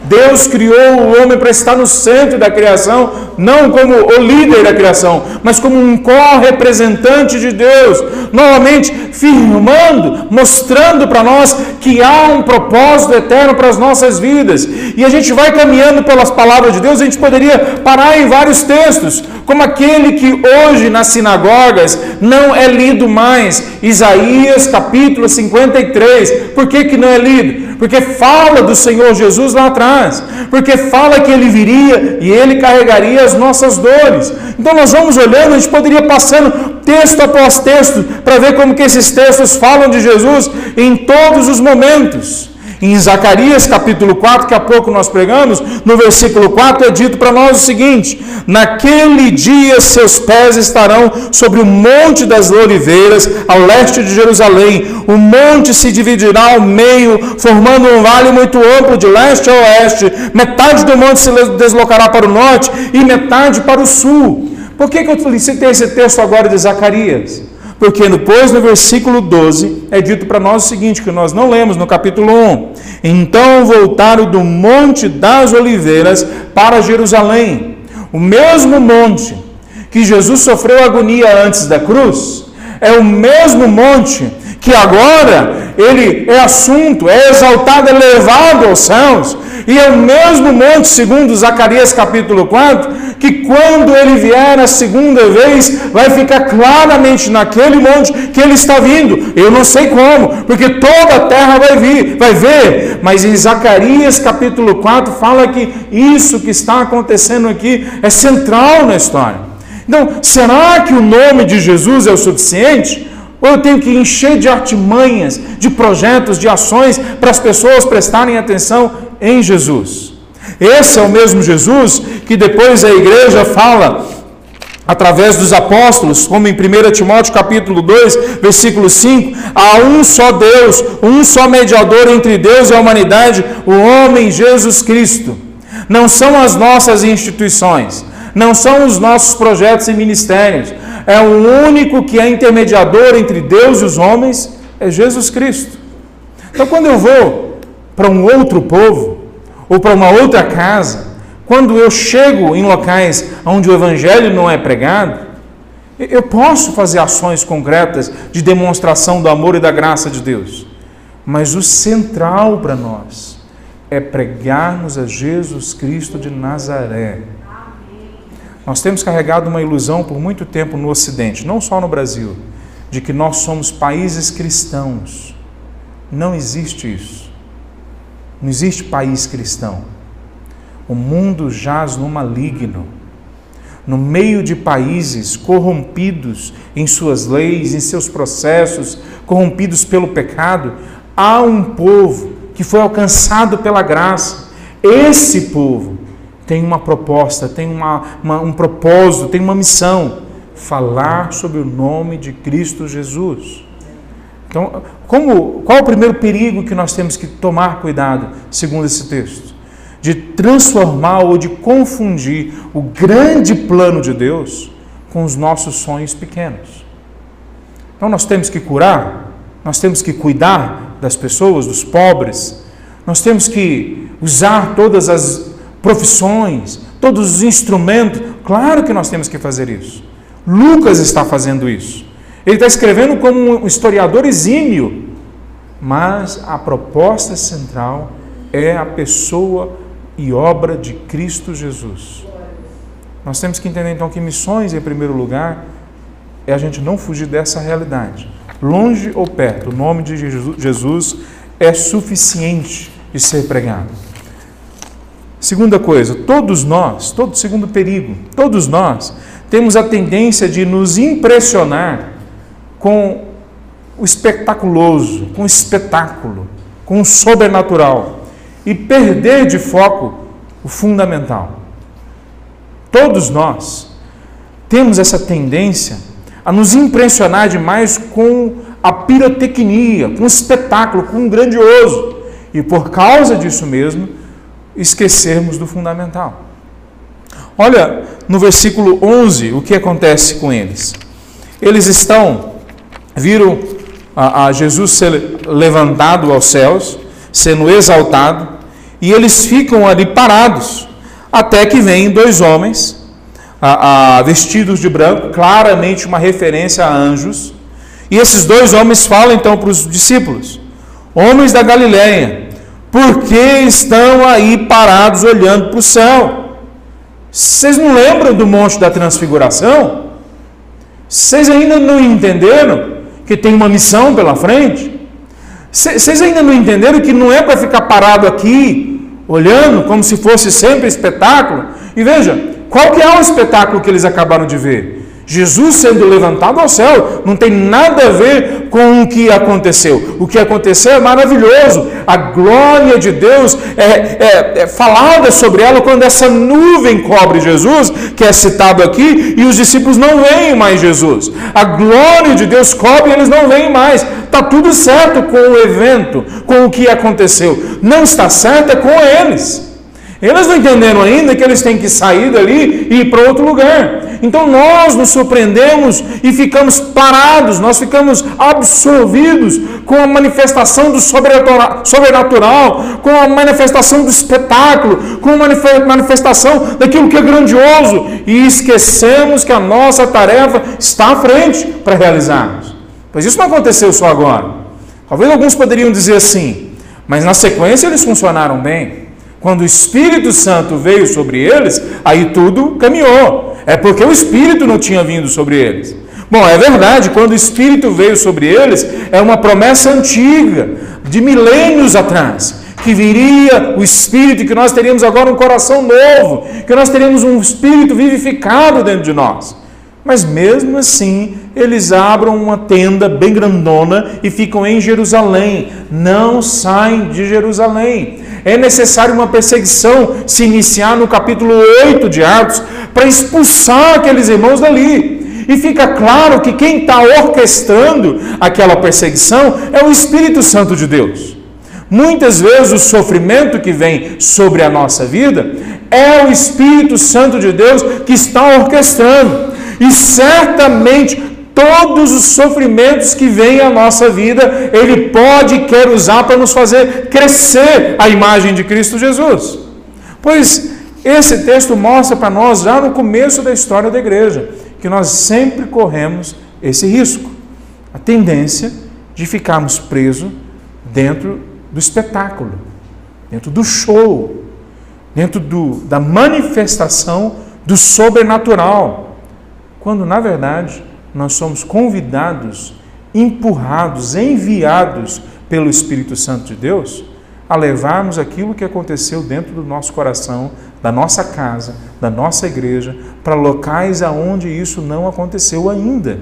Speaker 1: Deus criou o homem para estar no centro da criação, não como o líder da criação, mas como um co-representante de Deus, novamente firmando, mostrando para nós que há um propósito eterno para as nossas vidas. E a gente vai caminhando pelas palavras de Deus, a gente poderia parar em vários textos, como aquele que hoje nas sinagogas não é lido mais, Isaías capítulo cinquenta e três. Por que que não é lido? Porque fala do Senhor Jesus lá atrás, porque fala que Ele viria e Ele carregaria as nossas dores. Então nós vamos olhando, a gente poderia passando texto após texto, para ver como que esses textos falam de Jesus em todos os momentos. Em Zacarias capítulo quatro, que há pouco nós pregamos, no versículo quatro é dito para nós o seguinte: naquele dia seus pés estarão sobre o monte das oliveiras, ao leste de Jerusalém. O monte se dividirá ao meio, formando um vale muito amplo de leste a oeste. Metade do monte se deslocará para o norte e metade para o sul. Por que que eu citei esse texto agora de Zacarias? Porque depois no versículo doze é dito para nós o seguinte, que nós não lemos no capítulo um. Então voltaram do monte das oliveiras para Jerusalém. O mesmo monte que Jesus sofreu agonia antes da cruz, é o mesmo monte que agora ele é assunto, é exaltado, é levado aos céus. E é o mesmo monte, segundo Zacarias capítulo quatro, que quando ele vier a segunda vez, vai ficar claramente naquele monte que ele está vindo. Eu não sei como, porque toda a terra vai vir, vai ver. Mas em Zacarias capítulo quatro fala que isso que está acontecendo aqui é central na história. Então, será que o nome de Jesus é o suficiente? Ou eu tenho que encher de artimanhas, de projetos, de ações, para as pessoas prestarem atenção em Jesus? Esse é o mesmo Jesus que depois a igreja fala, através dos apóstolos, como em primeiro Timóteo capítulo dois, versículo cinco, há um só Deus, um só mediador entre Deus e a humanidade, o homem Jesus Cristo. Não são as nossas instituições, não são os nossos projetos e ministérios, é o único que é intermediador entre Deus e os homens, é Jesus Cristo. Então quando eu vou para um outro povo, ou para uma outra casa, quando eu chego em locais onde o evangelho não é pregado, eu posso fazer ações concretas de demonstração do amor e da graça de Deus. Mas o central para nós é pregarmos a Jesus Cristo de Nazaré. Nós temos carregado uma ilusão por muito tempo no Ocidente, não só no Brasil, de que nós somos países cristãos. Não existe isso. Não existe país cristão. O mundo jaz no maligno. No meio de países corrompidos em suas leis, em seus processos, corrompidos pelo pecado, há um povo que foi alcançado pela graça. Esse povo tem uma proposta, tem uma, uma, um propósito, tem uma missão: falar sobre o nome de Cristo Jesus. Então, como, qual é o primeiro perigo que nós temos que tomar cuidado, segundo esse texto? De transformar ou de confundir o grande plano de Deus com os nossos sonhos pequenos. Então nós temos que curar, nós temos que cuidar das pessoas, dos pobres, nós temos que usar todas as profissões, todos os instrumentos. Claro que nós temos que fazer isso. Lucas está fazendo isso. Ele está escrevendo como um historiador exímio, mas a proposta central é a pessoa e obra de Cristo Jesus. Nós temos que entender então que missões, em primeiro lugar, é a gente não fugir dessa realidade. Longe ou perto, o nome de Jesus é suficiente de ser pregado. Segunda coisa, todos nós, todo segundo perigo, todos nós temos a tendência de nos impressionar com o espetaculoso, com o espetáculo, com o sobrenatural e perder de foco o fundamental. Todos nós temos essa tendência a nos impressionar demais com a pirotecnia, com o espetáculo, com o grandioso, e por causa disso mesmo esquecermos do fundamental. Olha no versículo onze o que acontece com eles. Eles estão, viram a, a Jesus ser levantado aos céus, sendo exaltado, e eles ficam ali parados, até que vêm dois homens, a, a, vestidos de branco, claramente uma referência a anjos, e esses dois homens falam então para os discípulos: homens da Galileia, por que estão aí parados olhando para o céu? Vocês não lembram do Monte da Transfiguração? Vocês ainda não entenderam que tem uma missão pela frente? Vocês ainda não entenderam que não é para ficar parado aqui, olhando, como se fosse sempre espetáculo? E veja, qual que é o espetáculo que eles acabaram de ver? Jesus sendo levantado ao céu. Não tem nada a ver com o que aconteceu. O que aconteceu é maravilhoso. A glória de Deus é, é, é falada sobre ela quando essa nuvem cobre Jesus, que é citado aqui, e os discípulos não veem mais Jesus. A glória de Deus cobre e eles não veem mais. Está tudo certo com o evento, com o que aconteceu. Não está certo é com eles. Eles não entenderam ainda que eles têm que sair dali e ir para outro lugar. Então nós nos surpreendemos e ficamos parados, nós ficamos absorvidos com a manifestação do sobrenatural, com a manifestação do espetáculo, com a manifestação daquilo que é grandioso, e esquecemos que a nossa tarefa está à frente para realizarmos. Pois isso não aconteceu só agora. Talvez alguns poderiam dizer assim, mas na sequência eles funcionaram bem. Quando o Espírito Santo veio sobre eles, aí tudo caminhou. É porque o Espírito não tinha vindo sobre eles. Bom, é verdade, quando o Espírito veio sobre eles, é uma promessa antiga, de milênios atrás, que viria o Espírito, que nós teríamos agora um coração novo, que nós teríamos um Espírito vivificado dentro de nós. Mas mesmo assim, eles abrem uma tenda bem grandona e ficam em Jerusalém. Não saem de Jerusalém. É necessário uma perseguição se iniciar no capítulo oito de Atos para expulsar aqueles irmãos dali. E fica claro que quem está orquestrando aquela perseguição é o Espírito Santo de Deus. Muitas vezes o sofrimento que vem sobre a nossa vida é o Espírito Santo de Deus que está orquestrando. E certamente todos os sofrimentos que vêm à nossa vida, Ele pode e quer usar para nos fazer crescer a imagem de Cristo Jesus. Pois esse texto mostra para nós, já no começo da história da igreja, que nós sempre corremos esse risco. A tendência de ficarmos presos dentro do espetáculo, dentro do show, dentro do, da manifestação do sobrenatural. Quando, na verdade, nós somos convidados, empurrados, enviados pelo Espírito Santo de Deus a levarmos aquilo que aconteceu dentro do nosso coração, da nossa casa, da nossa igreja, para locais aonde isso não aconteceu ainda.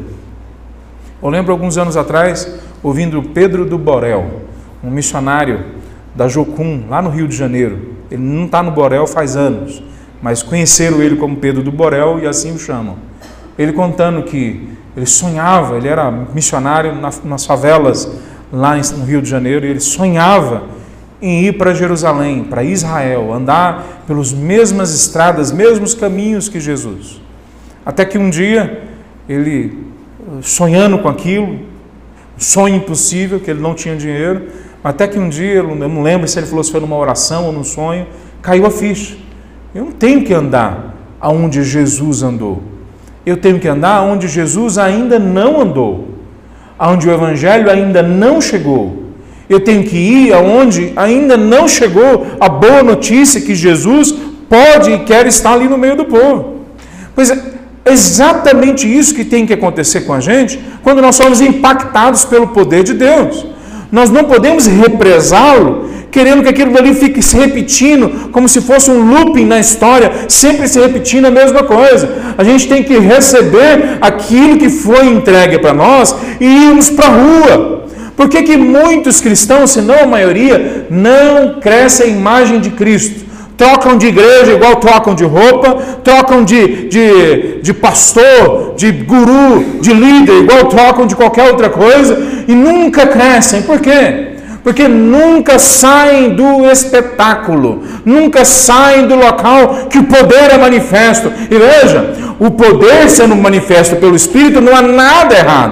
Speaker 1: Eu lembro alguns anos atrás, ouvindo Pedro do Borel, um missionário da Jocum, lá no Rio de Janeiro. Ele não está no Borel faz anos, mas conheceram ele como Pedro do Borel e assim o chamam. Ele contando que ele sonhava, ele era missionário nas favelas lá no Rio de Janeiro, e ele sonhava em ir para Jerusalém, para Israel, andar pelas mesmas estradas, mesmos caminhos que Jesus. Até que um dia, ele sonhando com aquilo, um sonho impossível, que ele não tinha dinheiro, até que um dia, eu não lembro se ele falou se foi numa oração ou num sonho, caiu a ficha. Eu não tenho que andar aonde Jesus andou. Eu tenho que andar onde Jesus ainda não andou, onde o Evangelho ainda não chegou. Eu tenho que ir aonde ainda não chegou a boa notícia que Jesus pode e quer estar ali no meio do povo. Pois é exatamente isso que tem que acontecer com a gente quando nós somos impactados pelo poder de Deus. Nós não podemos represá-lo querendo que aquilo ali fique se repetindo, como se fosse um looping na história, sempre se repetindo a mesma coisa. A gente tem que receber aquilo que foi entregue para nós e irmos para a rua. Por que que muitos cristãos, se não a maioria, não crescem a imagem de Cristo? Trocam de igreja igual trocam de roupa, trocam de, de, de pastor, de guru, de líder, igual trocam de qualquer outra coisa, e nunca crescem. Por quê? Porque nunca saem do espetáculo, nunca saem do local que o poder é manifesto. E veja, o poder sendo manifesto pelo Espírito não há nada errado.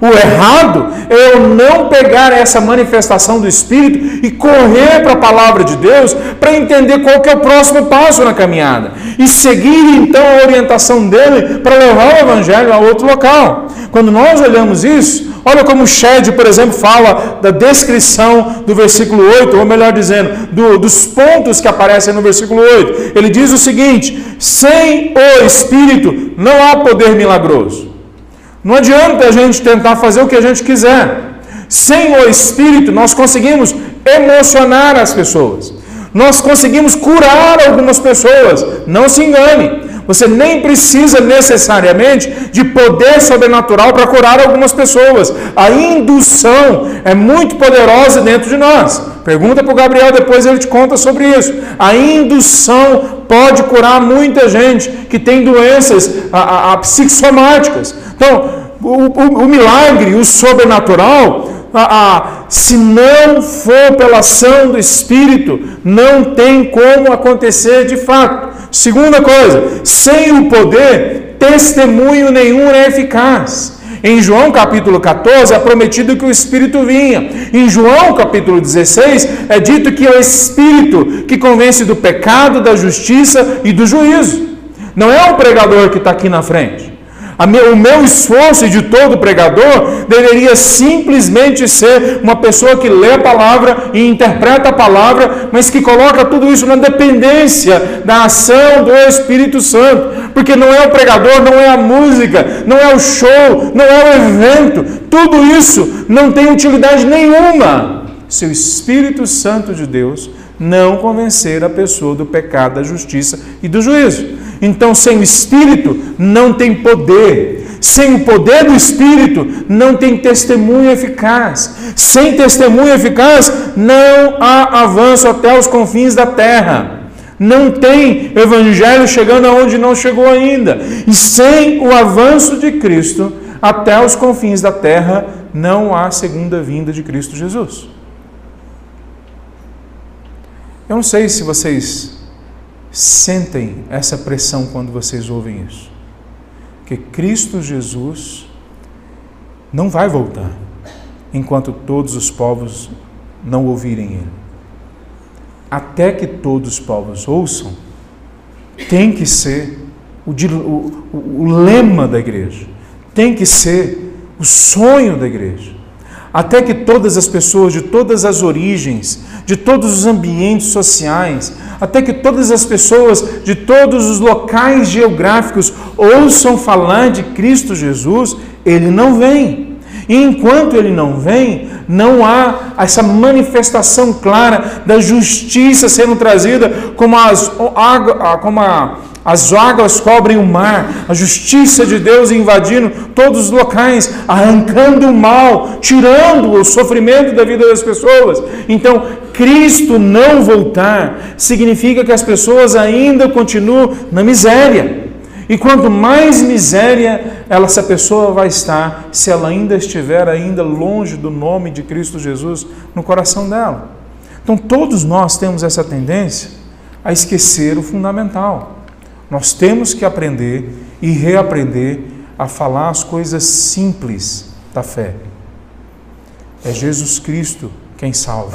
Speaker 1: O errado é eu não pegar essa manifestação do Espírito e correr para a palavra de Deus para entender qual que é o próximo passo na caminhada e seguir então a orientação dele para levar o Evangelho a outro local. Quando nós olhamos isso, olha como o Shed, por exemplo, fala da descrição do versículo oito, ou melhor dizendo, do, dos pontos que aparecem no versículo oito. Ele diz o seguinte: sem o Espírito não há poder milagroso. Não adianta a gente tentar fazer o que a gente quiser. Sem o Espírito, nós conseguimos emocionar as pessoas. Nós conseguimos curar algumas pessoas. Não se engane. Você nem precisa necessariamente de poder sobrenatural para curar algumas pessoas. A indução é muito poderosa dentro de nós. Pergunta para o Gabriel, depois ele te conta sobre isso. A indução pode curar muita gente que tem doenças a, a, a, psicossomáticas. Então, o, o, o milagre, o sobrenatural, a, a, se não for pela ação do Espírito, não tem como acontecer de fato. Segunda coisa, sem o poder, testemunho nenhum é eficaz. Em João capítulo catorze é prometido que o Espírito vinha. Em João capítulo dezesseis é dito que é o Espírito que convence do pecado, da justiça e do juízo. Não é o pregador que está aqui na frente. O meu esforço e de todo pregador deveria simplesmente ser uma pessoa que lê a palavra e interpreta a palavra, mas que coloca tudo isso na dependência da ação do Espírito Santo. Porque não é o pregador, não é a música, não é o show, não é o evento. Tudo isso não tem utilidade nenhuma se o Espírito Santo de Deus não convencer a pessoa do pecado, da justiça e do juízo. Então, sem o Espírito, não tem poder. Sem o poder do Espírito, não tem testemunho eficaz. Sem testemunho eficaz, não há avanço até os confins da terra. Não tem evangelho chegando aonde não chegou ainda. E sem o avanço de Cristo até os confins da terra, não há segunda vinda de Cristo Jesus. Eu não sei se vocês sentem essa pressão quando vocês ouvem isso. Que Cristo Jesus não vai voltar enquanto todos os povos não ouvirem Ele. Até que todos os povos ouçam, tem que ser o, o, o, o lema da igreja, tem que ser o sonho da igreja. Até que todas as pessoas de todas as origens, de todos os ambientes sociais, até que todas as pessoas de todos os locais geográficos ouçam falar de Cristo Jesus, Ele não vem. E enquanto Ele não vem, não há essa manifestação clara da justiça sendo trazida como as, como a, as águas cobrem o mar, a justiça de Deus invadindo todos os locais, arrancando o mal, tirando o sofrimento da vida das pessoas. Então, Cristo não voltar significa que as pessoas ainda continuam na miséria. E quanto mais miséria ela, essa pessoa vai estar, se ela ainda estiver ainda longe do nome de Cristo Jesus no coração dela. Então todos nós temos essa tendência a esquecer o fundamental. Nós temos que aprender e reaprender a falar as coisas simples da fé. É Jesus Cristo quem salva.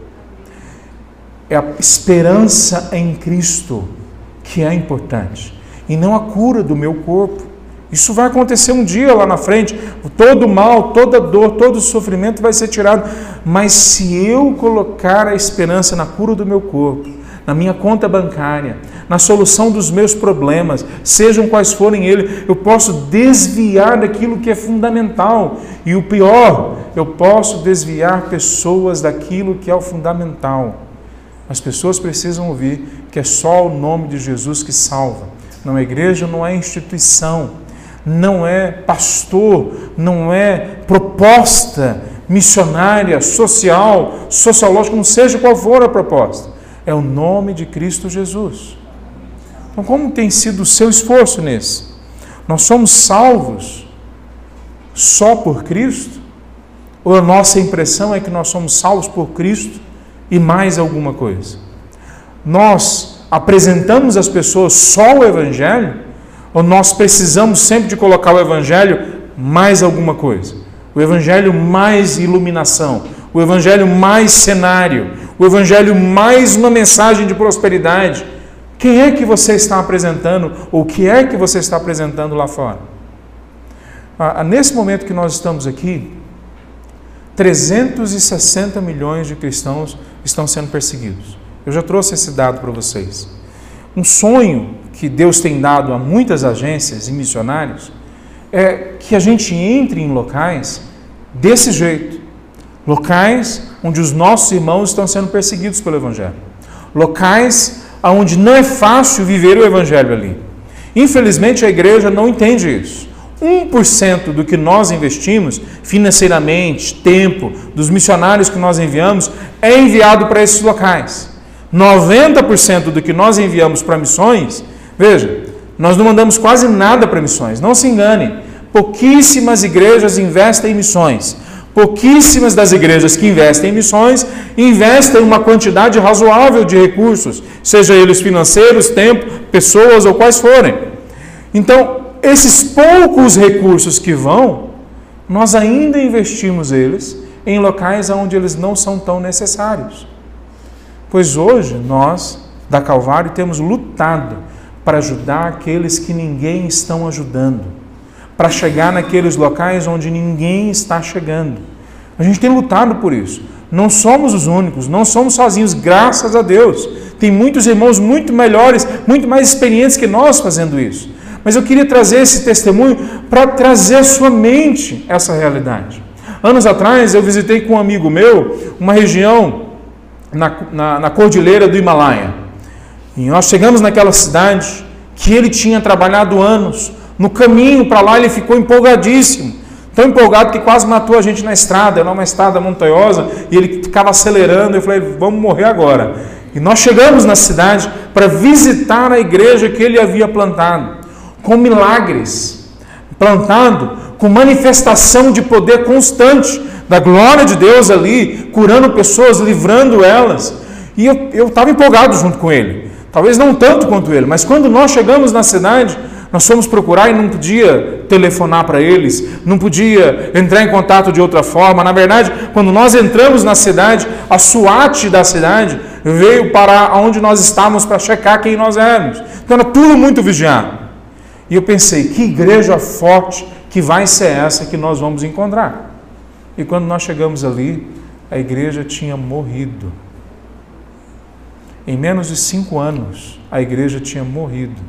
Speaker 1: É a esperança em Cristo que é importante. E não a cura do meu corpo. Isso vai acontecer um dia lá na frente. Todo mal, toda dor, todo sofrimento vai ser tirado. Mas se eu colocar a esperança na cura do meu corpo, na minha conta bancária, na solução dos meus problemas, sejam quais forem eles, eu posso desviar daquilo que é fundamental. E o pior, eu posso desviar pessoas daquilo que é o fundamental. As pessoas precisam ouvir que é só o nome de Jesus que salva. Não é igreja, não é instituição, não é pastor, não é proposta missionária, social, sociológica, não seja qual for a proposta. É o nome de Cristo Jesus. Então, como tem sido o seu esforço nesse? Nós somos salvos só por Cristo? Ou a nossa impressão é que nós somos salvos por Cristo e mais alguma coisa? Nós apresentamos às pessoas só o Evangelho? Ou nós precisamos sempre de colocar o Evangelho mais alguma coisa? O o evangelho mais iluminação, o evangelho mais cenário, o evangelho mais uma mensagem de prosperidade. Quem é que você está apresentando, ou o que é que você está apresentando lá fora? Ah, nesse momento que nós estamos aqui, trezentos e sessenta milhões de cristãos estão sendo perseguidos. Eu já trouxe esse dado para vocês. Um sonho que Deus tem dado a muitas agências e missionários é que a gente entre em locais desse jeito. Locais onde os nossos irmãos estão sendo perseguidos pelo Evangelho. Locais onde não é fácil viver o Evangelho ali. Infelizmente a igreja não entende isso. um por cento do que nós investimos financeiramente, tempo, dos missionários que nós enviamos, é enviado para esses locais. noventa por cento do que nós enviamos para missões, veja, nós não mandamos quase nada para missões, não se engane. Pouquíssimas igrejas investem em missões. Pouquíssimas das igrejas que investem em missões, investem uma quantidade razoável de recursos, seja eles financeiros, tempo, pessoas ou quais forem. Então, esses poucos recursos que vão, nós ainda investimos eles em locais onde eles não são tão necessários. Pois hoje, nós, da Calvário, temos lutado para ajudar aqueles que ninguém estão ajudando, para chegar naqueles locais onde ninguém está chegando. A gente tem lutado por isso. Não somos os únicos, não somos sozinhos, graças a Deus. Tem muitos irmãos muito melhores, muito mais experientes que nós fazendo isso. Mas eu queria trazer esse testemunho para trazer à sua mente essa realidade. Anos atrás, eu visitei com um amigo meu uma região na, na, na cordilheira do Himalaia. E nós chegamos naquela cidade que ele tinha trabalhado anos. No caminho para lá, ele ficou empolgadíssimo. Tão empolgado que quase matou a gente na estrada. Era uma estrada montanhosa e ele ficava acelerando. Eu falei, vamos morrer agora. E nós chegamos na cidade para visitar a igreja que ele havia plantado, com milagres, plantado, com manifestação de poder constante, da glória de Deus ali, curando pessoas, livrando elas. E eu estava empolgado junto com ele. Talvez não tanto quanto ele, mas quando nós chegamos na cidade, nós fomos procurar e não podia telefonar para eles, não podia entrar em contato de outra forma. Na verdade, quando nós entramos na cidade, a SWAT da cidade veio para onde nós estávamos para checar quem nós éramos. Então era tudo muito vigiado. E eu pensei, que igreja forte que vai ser essa que nós vamos encontrar? E quando nós chegamos ali, a igreja tinha morrido. Em menos de cinco anos, a igreja tinha morrido.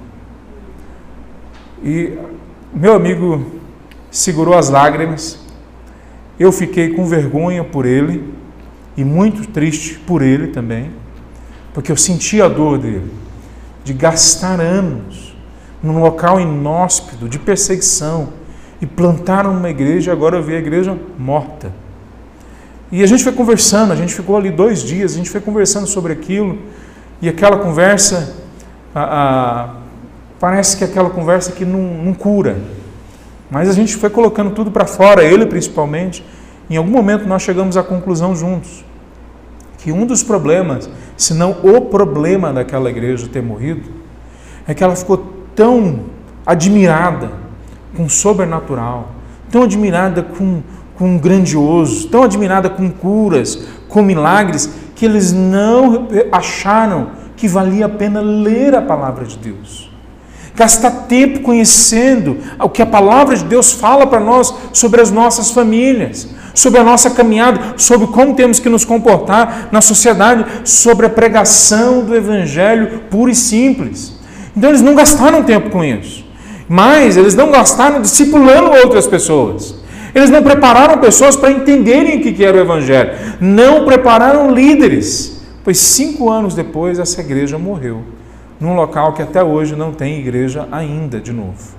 Speaker 1: E meu amigo segurou as lágrimas, eu fiquei com vergonha por ele, e muito triste por ele também, porque eu senti a dor dele, de gastar anos num local inóspito, de perseguição, e plantaram uma igreja, e agora eu vi a igreja morta. E a gente foi conversando, a gente ficou ali dois dias, a gente foi conversando sobre aquilo, e aquela conversa, a, a, parece que aquela conversa que não, não cura, mas a gente foi colocando tudo para fora, ele principalmente. Em algum momento nós chegamos à conclusão juntos, que um dos problemas, se não o problema daquela igreja ter morrido, é que ela ficou tão admirada com o sobrenatural, tão admirada com, com o grandioso, tão admirada com curas, com milagres, que eles não acharam que valia a pena ler a palavra de Deus. Gastar tempo conhecendo o que a palavra de Deus fala para nós sobre as nossas famílias, sobre a nossa caminhada, sobre como temos que nos comportar na sociedade, sobre a pregação do evangelho puro e simples. Então eles não gastaram tempo com isso, mas eles não gastaram discipulando outras pessoas. Eles não prepararam pessoas para entenderem o que era o evangelho, não prepararam líderes, pois cinco anos depois essa igreja morreu, num local que até hoje não tem igreja ainda de novo.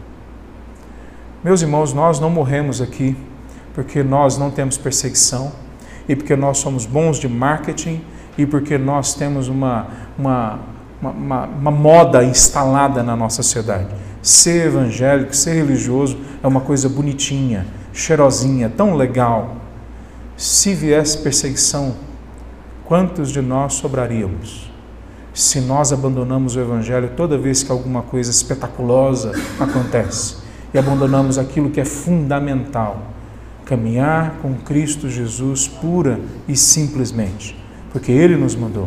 Speaker 1: Meus irmãos, nós não morremos aqui porque nós não temos perseguição, e porque nós somos bons de marketing, e porque nós temos uma, uma, uma, uma moda instalada na nossa sociedade. Ser evangélico, ser religioso é uma coisa bonitinha, cheirosinha, tão legal. Se viesse perseguição, quantos de nós sobraríamos? Se nós abandonamos o evangelho toda vez que alguma coisa espetaculosa acontece, e abandonamos aquilo que é fundamental, caminhar com Cristo Jesus pura e simplesmente, porque Ele nos mandou.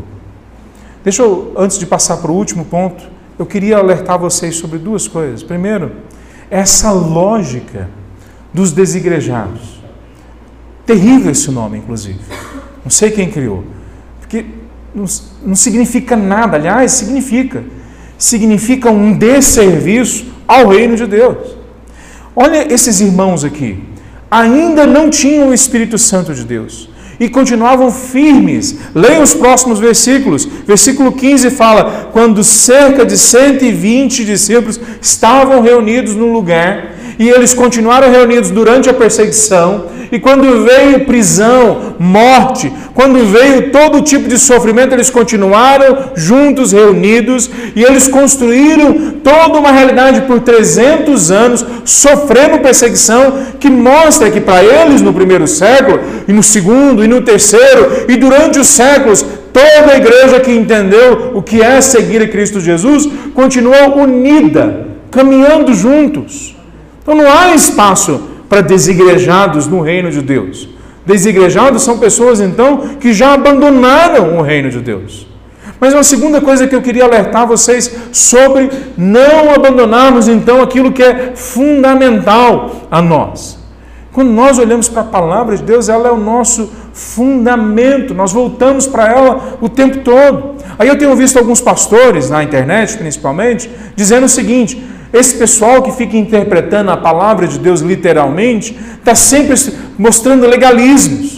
Speaker 1: Deixa eu, antes de passar para o último ponto, eu queria alertar vocês sobre duas coisas. Primeiro, essa lógica dos desigrejados. Terrível esse nome, inclusive. Não sei quem criou. Porque não, não significa nada. Aliás, significa. Significa um desserviço ao reino de Deus. Olha esses irmãos aqui. Ainda não tinham o Espírito Santo de Deus. E continuavam firmes. Leiam os próximos versículos. Versículo quinze fala: quando cerca de cento e vinte discípulos estavam reunidos num lugar, e eles continuaram reunidos durante a perseguição, e quando veio prisão, morte, quando veio todo tipo de sofrimento, eles continuaram juntos, reunidos, e eles construíram toda uma realidade por trezentos anos, sofrendo perseguição, que mostra que para eles no primeiro século, e no segundo, e no terceiro, e durante os séculos, toda a igreja que entendeu o que é seguir a Cristo Jesus, continuou unida, caminhando juntos. Então não há espaço para desigrejados no reino de Deus. Desigrejados são pessoas, então, que já abandonaram o reino de Deus. Mas uma segunda coisa que eu queria alertar vocês sobre não abandonarmos, então, aquilo que é fundamental a nós. Quando nós olhamos para a palavra de Deus, ela é o nosso fundamento, nós voltamos para ela o tempo todo. Aí eu tenho visto alguns pastores, na internet principalmente, dizendo o seguinte: esse pessoal que fica interpretando a palavra de Deus literalmente, está sempre mostrando legalismos.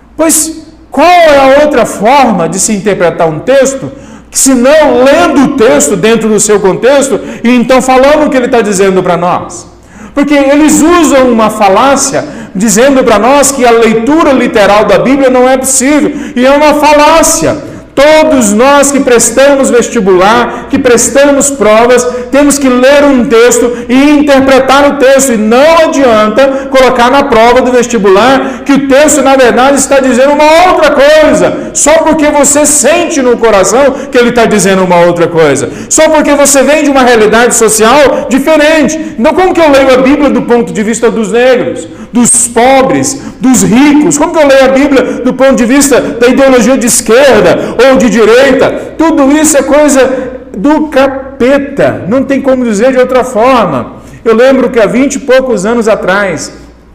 Speaker 1: Pois qual é a outra forma de se interpretar um texto, que se não lendo o texto dentro do seu contexto, e então falando o que ele está dizendo para nós? Porque eles usam uma falácia, dizendo para nós que a leitura literal da Bíblia não é possível, e é uma falácia. Todos nós que prestamos vestibular, que prestamos provas, temos que ler um texto e interpretar o texto. E não adianta colocar na prova do vestibular que o texto, na verdade, está dizendo uma outra coisa. Só porque você sente no coração que ele está dizendo uma outra coisa. Só porque você vem de uma realidade social diferente. Então, como que eu leio a Bíblia do ponto de vista dos negros, dos pobres, dos ricos? Como que eu leio a Bíblia do ponto de vista da ideologia de esquerda ou de direita? Tudo isso é coisa do capeta, não tem como dizer de outra forma. Eu lembro que há vinte e poucos anos atrás,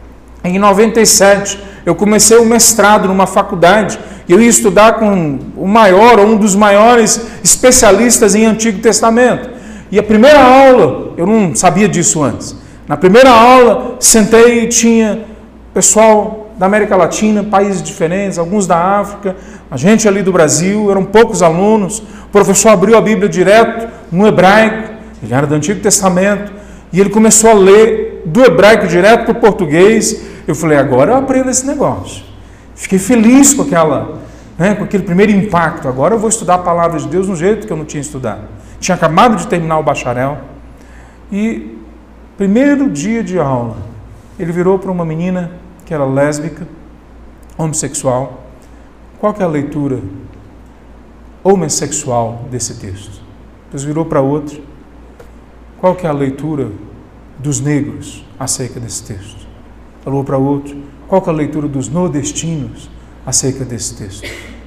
Speaker 1: em noventa e sete, eu comecei um mestrado numa faculdade, e eu ia estudar com o maior, ou um dos maiores especialistas em Antigo Testamento. E a primeira aula, eu não sabia disso antes, na primeira aula, sentei e tinha pessoal da América Latina, países diferentes, alguns da África, a gente ali do Brasil, eram poucos alunos. O professor abriu a Bíblia direto no hebraico, ele era do Antigo Testamento, e ele começou a ler do hebraico direto para o português. Eu falei: agora eu aprendo esse negócio. Fiquei feliz com, aquela, né, com aquele primeiro impacto. Agora eu vou estudar a palavra de Deus no jeito que eu não tinha estudado. Tinha acabado de terminar o bacharel, e primeiro dia de aula, ele virou para uma menina que era lésbica, homossexual. Qual que é a leitura homossexual desse texto? Depois virou para outra. Qual que é a leitura dos negros acerca desse texto? Falou para outro. Qual que é a leitura dos nordestinos acerca desse texto?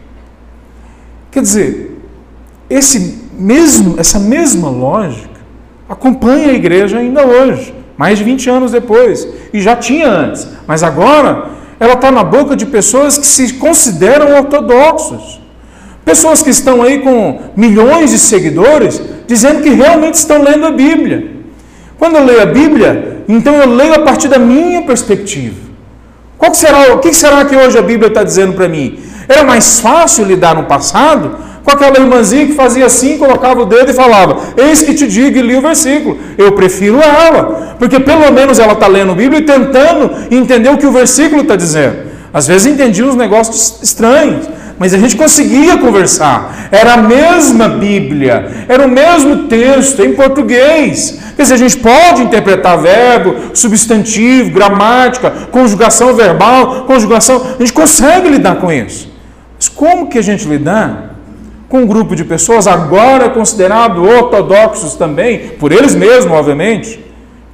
Speaker 1: Quer dizer, esse mesmo, essa mesma lógica acompanha a igreja ainda hoje, mais de vinte anos depois, e já tinha antes, mas agora ela está na boca de pessoas que se consideram ortodoxos, pessoas que estão aí com milhões de seguidores, dizendo que realmente estão lendo a Bíblia. Quando eu leio a Bíblia, então eu leio a partir da minha perspectiva. Qual que será, o que será que hoje a Bíblia está dizendo para mim? Era mais fácil lidar no passado com aquela irmãzinha que fazia assim, colocava o dedo e falava: eis que te digo, e li o versículo. Eu prefiro ela, porque pelo menos ela está lendo a Bíblia e tentando entender o que o versículo está dizendo. Às vezes entendia uns negócios estranhos, mas a gente conseguia conversar. Era a mesma Bíblia, era o mesmo texto em português. Quer dizer, a gente pode interpretar verbo, substantivo, gramática, conjugação verbal, conjugação, a gente consegue lidar com isso. Mas como que a gente lidar com um grupo de pessoas agora considerados ortodoxos também, por eles mesmos, obviamente,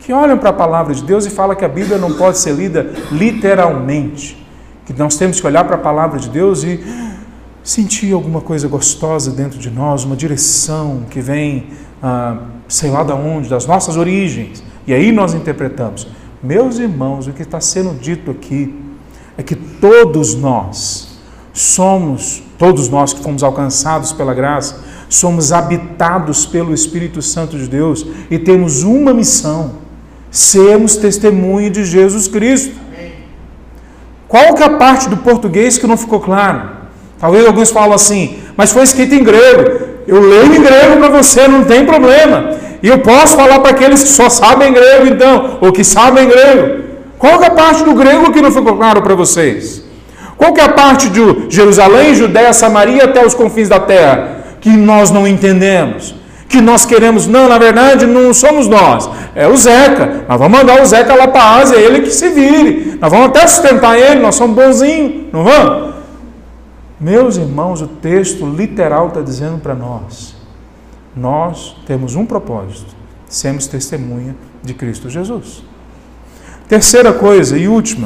Speaker 1: que olham para a palavra de Deus e falam que a Bíblia não pode ser lida literalmente, que nós temos que olhar para a palavra de Deus e sentir alguma coisa gostosa dentro de nós, uma direção que vem, ah, sei lá de onde, das nossas origens, e aí nós interpretamos. Meus irmãos, o que está sendo dito aqui é que todos nós somos, todos nós que fomos alcançados pela graça, somos habitados pelo Espírito Santo de Deus e temos uma missão: sermos testemunha de Jesus Cristo. Qual que é a parte do português que não ficou claro? Talvez alguns falam assim, mas foi escrito em grego. Eu leio em grego para você, não tem problema. E eu posso falar para aqueles que só sabem grego, então, ou que sabem grego. Qual que é a parte do grego que não ficou claro para vocês? Qual que é a parte de Jerusalém, Judéia, Samaria até os confins da terra que nós não entendemos? Que nós queremos, não, na verdade não somos nós, é o Zeca. Nós vamos mandar o Zeca lá para a Ásia, ele que se vire. Nós vamos até sustentar ele, nós somos bonzinhos, não vamos? Meus irmãos, o texto literal está dizendo para nós, nós temos um propósito: sermos testemunha de Cristo Jesus. Terceira coisa e última,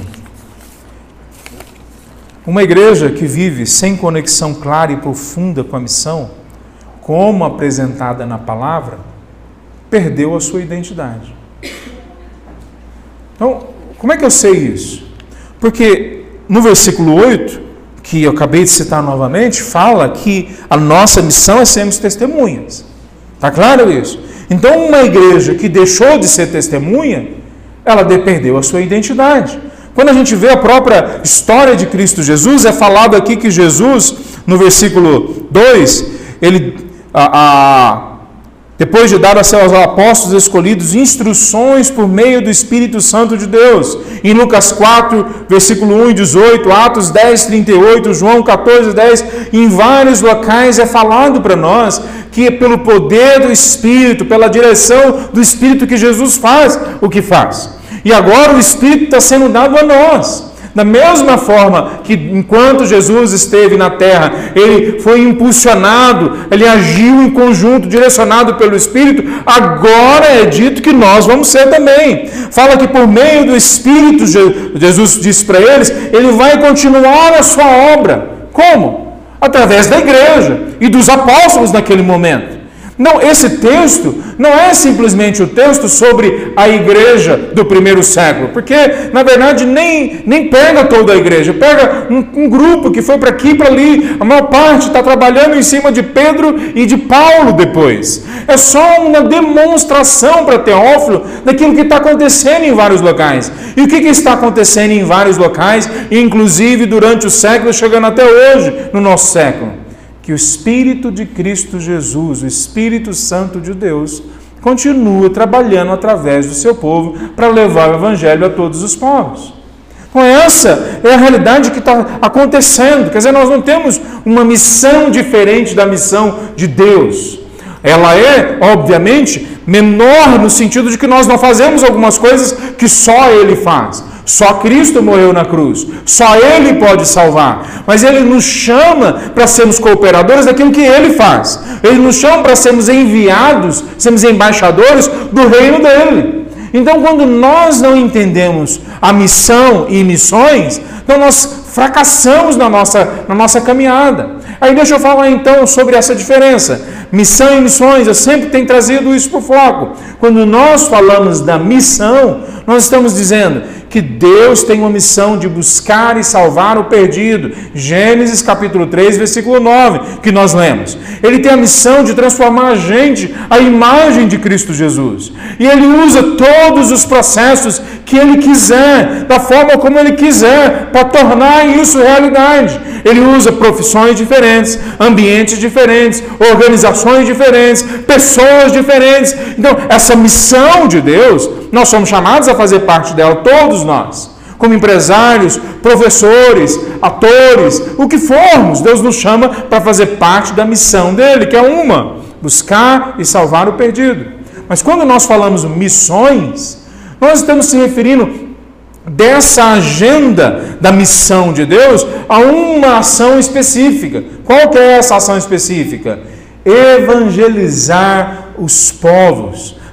Speaker 1: uma igreja que vive sem conexão clara e profunda com a missão, como apresentada na palavra, perdeu a sua identidade. Então, como é que eu sei isso? Porque no versículo oito, que eu acabei de citar novamente, fala que a nossa missão é sermos testemunhas. Está claro isso? Então, uma igreja que deixou de ser testemunha, ela perdeu a sua identidade. Quando a gente vê a própria história de Cristo Jesus, é falado aqui que Jesus, no versículo dois, ele, a, a, depois de dar a seus apóstolos escolhidos instruções por meio do Espírito Santo de Deus, em Lucas quatro, versículo um e dezoito, Atos dez, trinta e oito, João quatorze, dez, em vários locais é falado para nós que é pelo poder do Espírito, pela direção do Espírito que Jesus faz o que faz. E agora o Espírito está sendo dado a nós. Da mesma forma que enquanto Jesus esteve na terra, ele foi impulsionado, ele agiu em conjunto, direcionado pelo Espírito, agora é dito que nós vamos ser também. Fala que por meio do Espírito, Jesus disse para eles, ele vai continuar a sua obra. Como? Através da igreja e dos apóstolos naquele momento. Não, esse texto não é simplesmente o texto sobre a igreja do primeiro século, porque, na verdade, nem, nem pega toda a igreja, pega um, um grupo que foi para aqui e para ali, a maior parte está trabalhando em cima de Pedro e de Paulo depois. É só uma demonstração para Teófilo daquilo que está acontecendo em vários locais. E o que, que está acontecendo em vários locais, inclusive durante o século, chegando até hoje, no nosso século? Que o Espírito de Cristo Jesus, o Espírito Santo de Deus, continua trabalhando através do seu povo para levar o Evangelho a todos os povos. Então essa é a realidade que está acontecendo. Quer dizer, nós não temos uma missão diferente da missão de Deus. Ela é, obviamente, menor no sentido de que nós não fazemos algumas coisas que só Ele faz. Só Cristo morreu na cruz. Só Ele pode salvar. Mas Ele nos chama para sermos cooperadores daquilo que Ele faz. Ele nos chama para sermos enviados, sermos embaixadores do reino dEle. Então, quando nós não entendemos a missão e missões, então nós fracassamos na nossa, na nossa caminhada. Aí deixa eu falar então sobre essa diferença. Missão e missões, eu sempre tenho trazido isso para o foco. Quando nós falamos da missão, nós estamos dizendo que Deus tem uma missão de buscar e salvar o perdido. Gênesis capítulo três, versículo nove, que nós lemos. Ele tem a missão de transformar a gente à imagem de Cristo Jesus. E Ele usa todos os processos que Ele quiser, da forma como Ele quiser, para tornar isso realidade. Ele usa profissões diferentes, ambientes diferentes, organizações diferentes, pessoas diferentes. Então, essa missão de Deus, nós somos chamados a fazer parte dela, todos nós. Como empresários, professores, atores, o que formos, Deus nos chama para fazer parte da missão dele, que é uma: buscar e salvar o perdido. Mas quando nós falamos missões, nós estamos se referindo dessa agenda da missão de Deus a uma ação específica. Qual que é essa ação específica? Evangelizar os povos,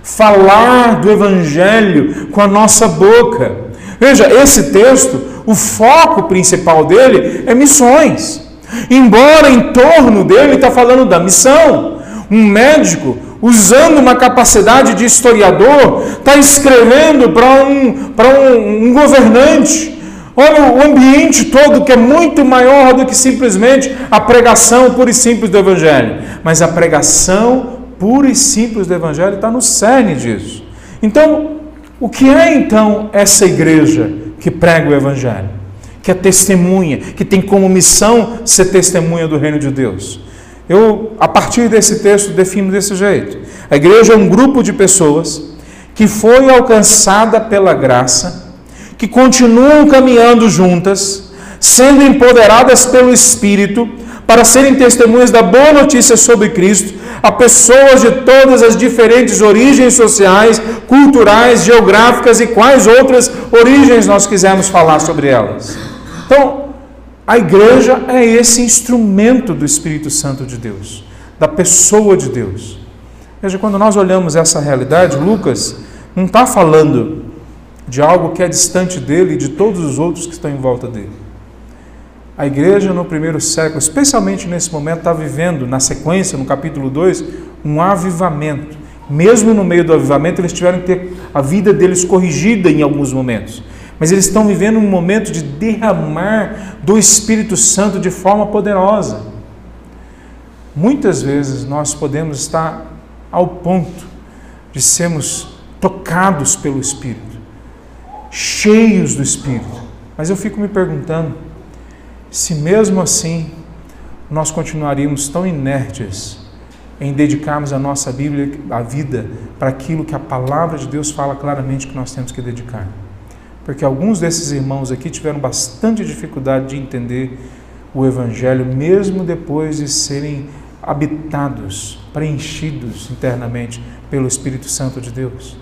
Speaker 1: falar do Evangelho com a nossa boca. Veja, esse texto, o foco principal dele é missões. Embora em torno dele está falando da missão. Um médico, usando uma capacidade de historiador, está escrevendo para um, para um, um governante. Olha o ambiente todo que é muito maior do que simplesmente a pregação pura e simples do Evangelho. Mas a pregação pura e simples do Evangelho está no cerne disso. Então, o que é então essa igreja que prega o Evangelho? Que é testemunha, que tem como missão ser testemunha do reino de Deus. Eu, a partir desse texto, defino desse jeito. A igreja é um grupo de pessoas que foi alcançada pela graça, que continuam caminhando juntas, sendo empoderadas pelo Espírito, para serem testemunhas da boa notícia sobre Cristo, a pessoas de todas as diferentes origens sociais, culturais, geográficas e quais outras origens nós quisermos falar sobre elas. Então, a igreja é esse instrumento do Espírito Santo de Deus, da pessoa de Deus. Veja, quando nós olhamos essa realidade, Lucas não está falando de algo que é distante dele e de todos os outros que estão em volta dele. A igreja no primeiro século, especialmente nesse momento, está vivendo, na sequência, no capítulo dois, um avivamento. Mesmo no meio do avivamento, eles tiveram que ter a vida deles corrigida em alguns momentos. Mas eles estão vivendo um momento de derramar do Espírito Santo de forma poderosa. Muitas vezes nós podemos estar ao ponto de sermos tocados pelo Espírito, cheios do Espírito. Mas eu fico me perguntando, se mesmo assim nós continuaríamos tão inertes em dedicarmos a nossa Bíblia, a vida, para aquilo que a palavra de Deus fala claramente que nós temos que dedicar. Porque alguns desses irmãos aqui tiveram bastante dificuldade de entender o Evangelho, mesmo depois de serem habitados, preenchidos internamente pelo Espírito Santo de Deus.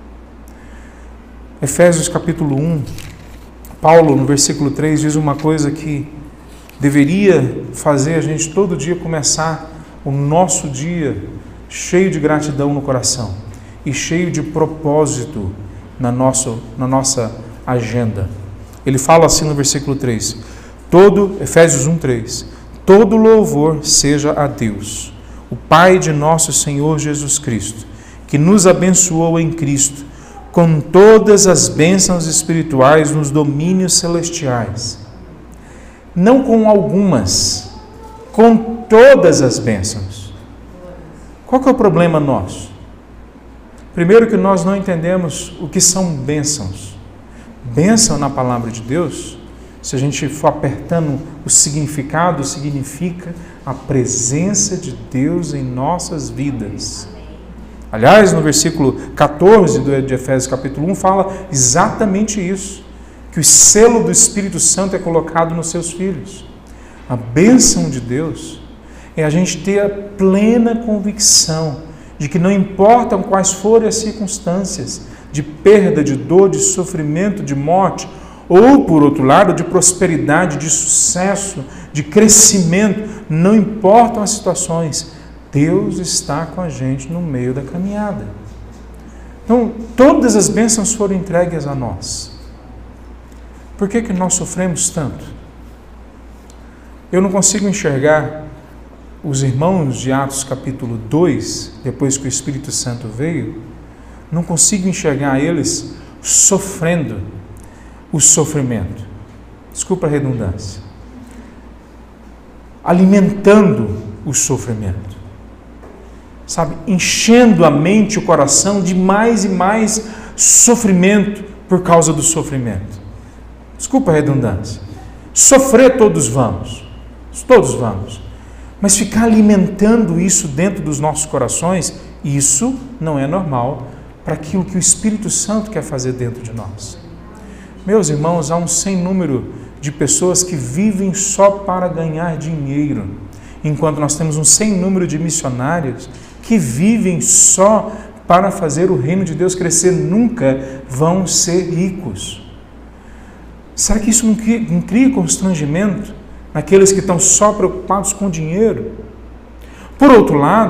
Speaker 1: Efésios capítulo um, Paulo, no versículo três, diz uma coisa que deveria fazer a gente todo dia começar o nosso dia cheio de gratidão no coração e cheio de propósito na nossa, na nossa agenda. Ele fala assim no versículo três, todo, Efésios um, três, todo louvor seja a Deus, o Pai de nosso Senhor Jesus Cristo, que nos abençoou em Cristo com todas as bênçãos espirituais nos domínios celestiais. Não com algumas, com todas as bênçãos. Qual que é o problema nosso? Primeiro que nós não entendemos o que são bênçãos. Bênção na palavra de Deus, se a gente for apertando o significado, significa a presença de Deus em nossas vidas. Aliás, no versículo catorze de Efésios capítulo um fala exatamente isso, que o selo do Espírito Santo é colocado nos seus filhos. A bênção de Deus é a gente ter a plena convicção de que não importam quais forem as circunstâncias de perda, de dor, de sofrimento, de morte, ou, por outro lado, de prosperidade, de sucesso, de crescimento, não importam as situações, Deus está com a gente no meio da caminhada. Então, todas as bênçãos foram entregues a nós. Por que que nós sofremos tanto? Eu não consigo enxergar os irmãos de Atos capítulo dois, depois que o Espírito Santo veio, não consigo enxergar eles sofrendo o sofrimento. Desculpa a redundância. Alimentando o sofrimento. Sabe, enchendo a mente e o coração de mais e mais sofrimento por causa do sofrimento. Desculpa a redundância. Sofrer todos vamos. Todos vamos. Mas ficar alimentando isso dentro dos nossos corações, isso não é normal para aquilo que o Espírito Santo quer fazer dentro de nós. Meus irmãos, há um sem número de pessoas que vivem só para ganhar dinheiro, enquanto nós temos um sem número de missionários que vivem só para fazer o reino de Deus crescer, nunca vão ser ricos. Será que isso não cria, não cria constrangimento naqueles que estão só preocupados com dinheiro? Por outro lado,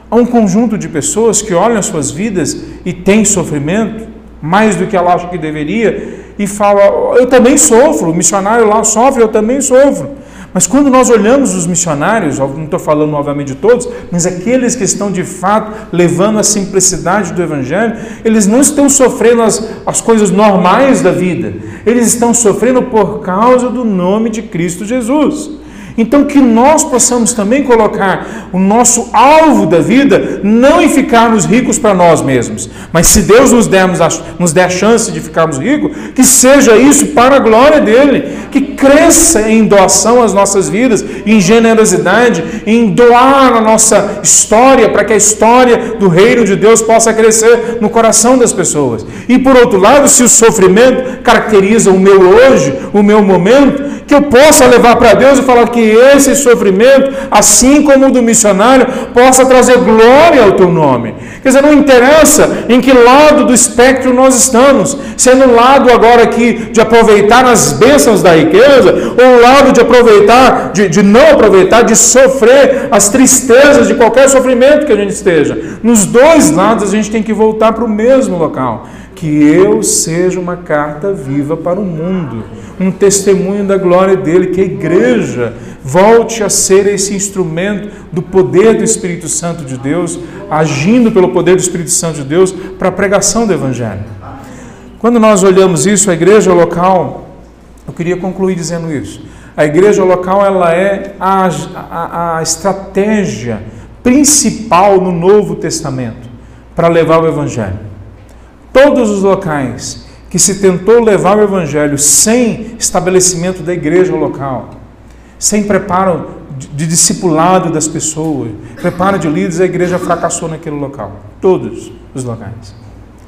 Speaker 1: Há um conjunto de pessoas que olham as suas vidas e têm sofrimento, mais do que ela acha que deveria, e fala, eu também sofro, o missionário lá sofre, eu também sofro. Mas quando nós olhamos os missionários, não estou falando novamente de todos, mas aqueles que estão de fato levando a simplicidade do Evangelho, eles não estão sofrendo as, as coisas normais da vida, eles estão sofrendo por causa do nome de Cristo Jesus. Então que nós possamos também colocar o nosso alvo da vida, não em ficarmos ricos para nós mesmos, mas se Deus nos, dermos a, nos der a chance de ficarmos ricos, que seja isso para a glória dEle, que cresça em doação às nossas vidas, em generosidade, em doar a nossa história, para que a história do reino de Deus possa crescer no coração das pessoas. E por outro lado, se o sofrimento caracteriza o meu hoje, o meu momento, que eu possa levar para Deus e falar que esse sofrimento, assim como o do missionário, possa trazer glória ao teu nome. Quer dizer, não interessa em que lado do espectro nós estamos, se é no lado agora aqui de aproveitar as bênçãos da riqueza, ou o lado de aproveitar, de, de não aproveitar, de sofrer as tristezas de qualquer sofrimento que a gente esteja. Nos dois lados a gente tem que voltar para o mesmo local. Que eu seja uma carta viva para o mundo, um testemunho da glória dele, que a igreja volte a ser esse instrumento do poder do Espírito Santo de Deus, agindo pelo poder do Espírito Santo de Deus para a pregação do Evangelho. Quando nós olhamos isso, a igreja local, eu queria concluir dizendo isso, a igreja local ela é a, a, a estratégia principal no Novo Testamento para levar o Evangelho. Todos os locais que se tentou levar o Evangelho sem estabelecimento da igreja local, sem preparo de, de discipulado das pessoas, preparo de líderes, a igreja fracassou naquele local. Todos os locais.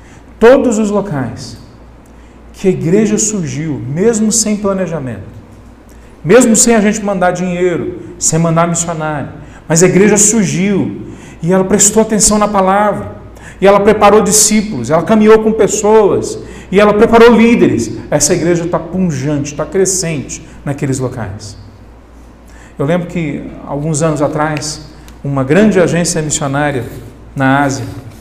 Speaker 1: Todos os locais que a igreja surgiu, mesmo sem planejamento, mesmo sem a gente mandar dinheiro, sem mandar missionário, mas a igreja surgiu e ela prestou atenção na palavra. E ela preparou discípulos, ela caminhou com pessoas, e ela preparou líderes. Essa igreja está pungente, está crescente naqueles locais. Eu lembro que, alguns anos atrás, uma grande agência missionária na Ásia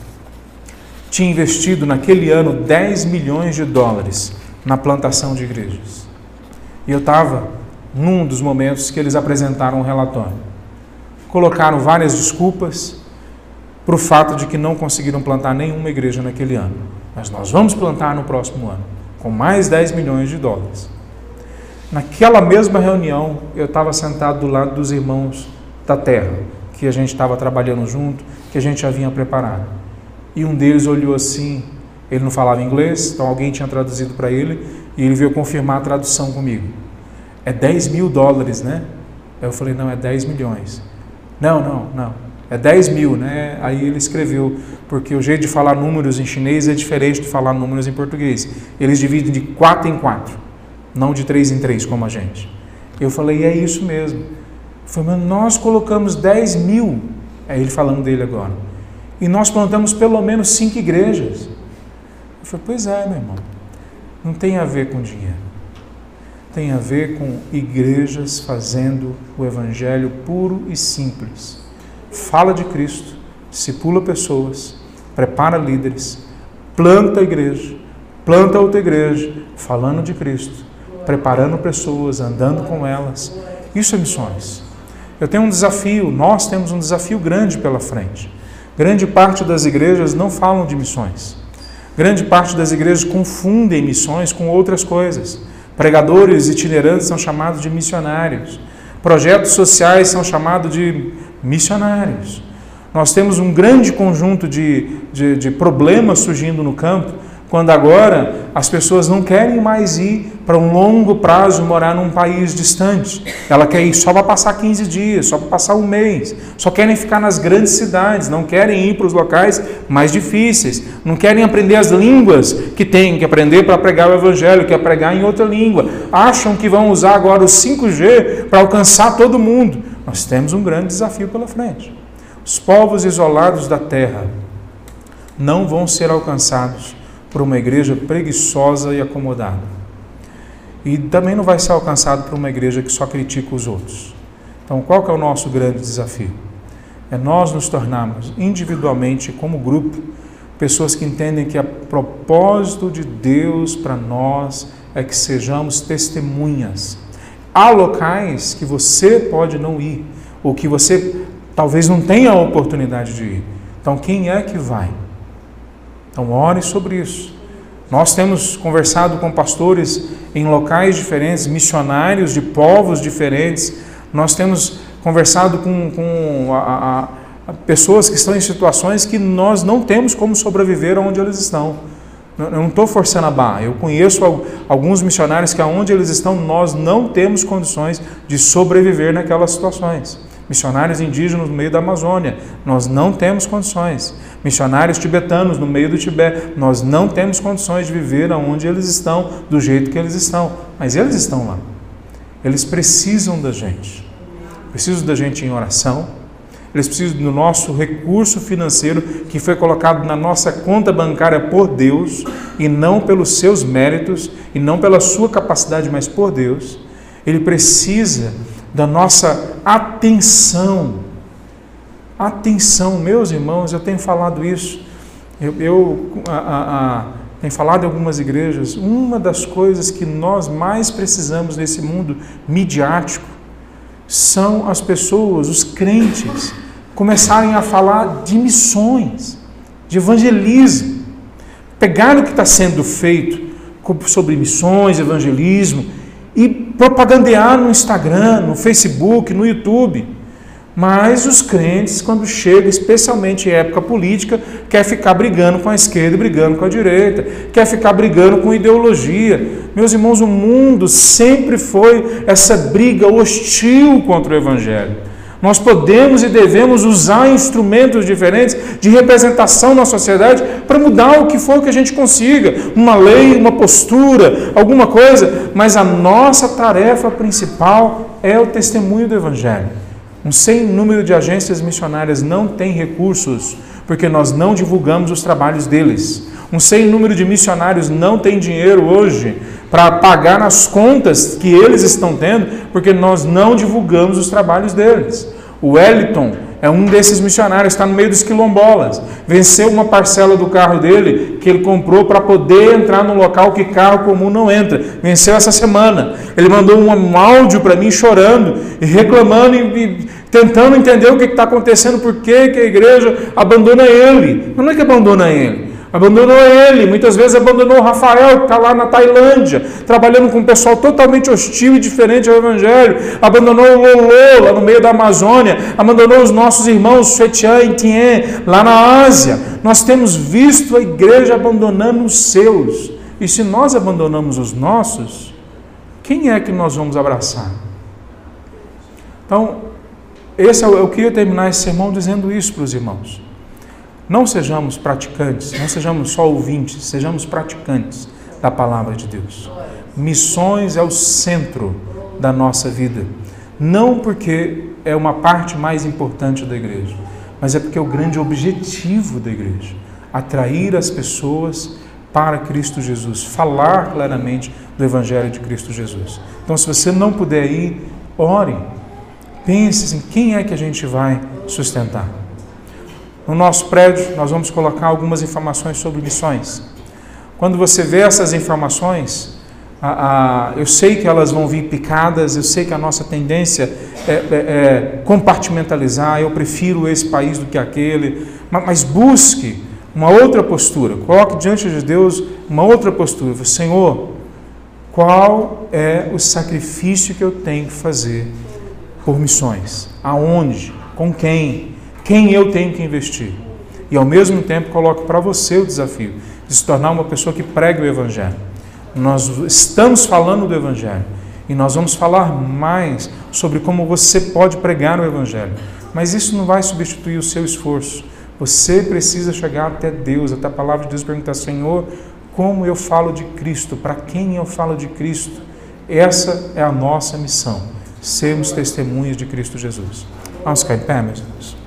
Speaker 1: tinha investido naquele ano dez milhões de dólares na plantação de igrejas. E eu estava num dos momentos que eles apresentaram um relatório. Colocaram várias desculpas para o fato de que não conseguiram plantar nenhuma igreja naquele ano. Mas nós vamos plantar no próximo ano, com mais dez milhões de dólares. Naquela mesma reunião, eu estava sentado do lado dos irmãos da terra, que a gente estava trabalhando junto, que a gente já vinha preparado. E um deles olhou assim, ele não falava inglês, então alguém tinha traduzido para ele, e ele veio confirmar a tradução comigo. É dez mil dólares, né? Eu falei, não, é dez milhões. Não, não, não. É dez mil, né? Aí ele escreveu, porque o jeito de falar números em chinês é diferente de falar números em português. Eles dividem de quatro em quatro, não de três em três, como a gente. Eu falei, é isso mesmo. Eu falei, mas nós colocamos dez mil, é ele falando dele agora, e nós plantamos pelo menos cinco igrejas. Eu falei, pois é, meu irmão, não tem a ver com dinheiro. Tem a ver com igrejas fazendo o evangelho puro e simples. Fala de Cristo, discipula pessoas, prepara líderes, planta a igreja, planta outra igreja, falando de Cristo, preparando pessoas, andando com elas. Isso é missões. Eu tenho um desafio, nós temos um desafio grande pela frente. Grande parte das igrejas não falam de missões. Grande parte das igrejas confundem missões com outras coisas. Pregadores itinerantes são chamados de missionários. Projetos sociais são chamados de missionários. Nós temos um grande conjunto de, de, de problemas surgindo no campo, quando agora as pessoas não querem mais ir para um longo prazo morar num país distante. Ela quer ir só para passar quinze dias, só para passar um mês. Só querem ficar nas grandes cidades, não querem ir para os locais mais difíceis. Não querem aprender as línguas que têm que aprender para pregar o evangelho, que é pregar em outra língua. Acham que vão usar agora o cinco G para alcançar todo mundo. Nós temos um grande desafio pela frente. Os povos isolados da terra não vão ser alcançados por uma igreja preguiçosa e acomodada. E também não vai ser alcançado por uma igreja que só critica os outros. Então, qual que é o nosso grande desafio? é nós nos tornarmos individualmente, como grupo, pessoas que entendem que o propósito de Deus para nós é que sejamos testemunhas. Há locais que você pode não ir, ou que você talvez não tenha a oportunidade de ir. Então, quem é que vai? Então, ore sobre isso. Nós temos conversado com pastores em locais diferentes, missionários de povos diferentes. Nós temos conversado com, com a, a, a pessoas que estão em situações que nós não temos como sobreviver onde eles estão. Eu não estou forçando a barra. Eu conheço alguns missionários que aonde eles estão, nós não temos condições de sobreviver naquelas situações. Missionários indígenas no meio da Amazônia, nós não temos condições. Missionários tibetanos no meio do Tibete, nós não temos condições de viver onde eles estão, do jeito que eles estão. Mas eles estão lá. Eles precisam da gente. Precisam da gente em oração. Eles precisam do nosso recurso financeiro que foi colocado na nossa conta bancária por Deus e não pelos seus méritos e não pela sua capacidade, mas por Deus. Ele precisa da nossa atenção. Atenção, meus irmãos, eu tenho falado isso. Eu, eu a, a, a, tenho falado em algumas igrejas. Uma das coisas que nós mais precisamos nesse mundo midiático são as pessoas, os crentes, começarem a falar de missões, de evangelismo. Pegar o que está sendo feito sobre missões, evangelismo, e propagandear no Instagram, no Facebook, no YouTube. Mas os crentes, quando chegam, especialmente em época política, quer ficar brigando com a esquerda e brigando com a direita, quer ficar brigando com ideologia. Meus irmãos, o mundo sempre foi essa briga hostil contra o Evangelho. Nós podemos e devemos usar instrumentos diferentes de representação na sociedade para mudar o que for que a gente consiga. Uma lei, uma postura, alguma coisa. Mas a nossa tarefa principal é o testemunho do Evangelho. Um sem número de agências missionárias não tem recursos, porque nós não divulgamos os trabalhos deles. Um sem número de missionários não tem dinheiro hoje para pagar as contas que eles estão tendo, porque nós não divulgamos os trabalhos deles. O Wellington é um desses missionários, está no meio dos quilombolas. Venceu uma parcela do carro dele, que ele comprou para poder entrar no local que carro comum não entra. Venceu essa semana. Ele mandou um áudio para mim chorando e reclamando e, e tentando entender o que está acontecendo, por que que a igreja abandona ele. Mas não é que abandona ele. Abandonou ele, muitas vezes abandonou o Rafael, que está lá na Tailândia, trabalhando com um pessoal totalmente hostil e diferente ao Evangelho. Abandonou o Lolo, lá no meio da Amazônia. Abandonou os nossos irmãos Fetian e Tien, lá na Ásia. Nós temos visto a igreja abandonando os seus. E se nós abandonamos os nossos, quem é que nós vamos abraçar? Então, esse é, eu queria terminar esse sermão dizendo isso para os irmãos. Não sejamos praticantes, não sejamos só ouvintes, sejamos praticantes da palavra de Deus. Missões é o centro da nossa vida. Não porque é uma parte mais importante da igreja, mas é porque é o grande objetivo da igreja. Atrair as pessoas para Cristo Jesus. Falar claramente do Evangelho de Cristo Jesus. Então, se você não puder ir, ore. Pense em quem é que a gente vai sustentar. No nosso prédio, nós vamos colocar algumas informações sobre missões. Quando você vê essas informações, a, a, eu sei que elas vão vir picadas, eu sei que a nossa tendência é, é, é compartimentalizar, eu prefiro esse país do que aquele, mas, mas busque uma outra postura, coloque diante de Deus uma outra postura. Senhor, qual é o sacrifício que eu tenho que fazer por missões? Aonde? Com quem? Quem eu tenho que investir? E ao mesmo tempo coloque para você o desafio de se tornar uma pessoa que pregue o Evangelho. Nós estamos falando do Evangelho e nós vamos falar mais sobre como você pode pregar o Evangelho. Mas isso não vai substituir o seu esforço. Você precisa chegar até Deus, até a palavra de Deus, e perguntar: Senhor, como eu falo de Cristo? Para quem eu falo de Cristo? Essa é a nossa missão, sermos testemunhas de Cristo Jesus. Vamos ficar em pé, meus irmãos.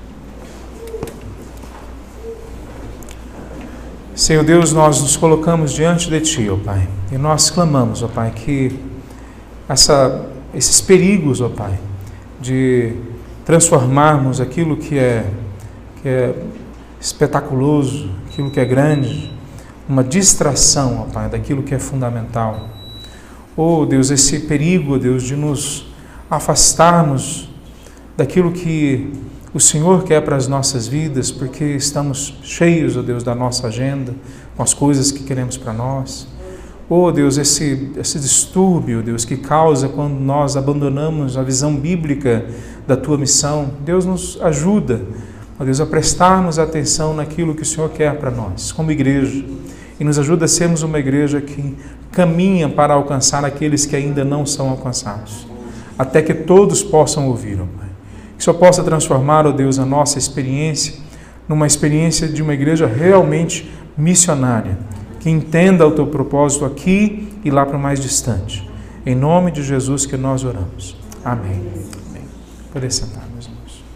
Speaker 1: Senhor Deus, nós nos colocamos diante de Ti, ó Pai, e nós clamamos, ó Pai, que essa, esses perigos, ó Pai, de transformarmos aquilo que é, que é espetaculoso, aquilo que é grande, uma distração, ó Pai, daquilo que é fundamental. Oh Deus, esse perigo, ó Deus, de nos afastarmos daquilo que o Senhor quer para as nossas vidas, porque estamos cheios, ó Deus, da nossa agenda, com as coisas que queremos para nós. Oh Deus, esse, esse distúrbio, Deus, que causa quando nós abandonamos a visão bíblica da Tua missão. Deus, nos ajuda, ó Deus, a prestarmos atenção naquilo que o Senhor quer para nós, como igreja, e nos ajuda a sermos uma igreja que caminha para alcançar aqueles que ainda não são alcançados, até que todos possam ouvir, ó Pai. Que o Senhor possa transformar, ó Deus, a nossa experiência numa experiência de uma igreja realmente missionária, que entenda o Teu propósito aqui e lá para o mais distante. Em nome de Jesus que nós oramos. Amém. Amém. Pode sentar, meus irmãos.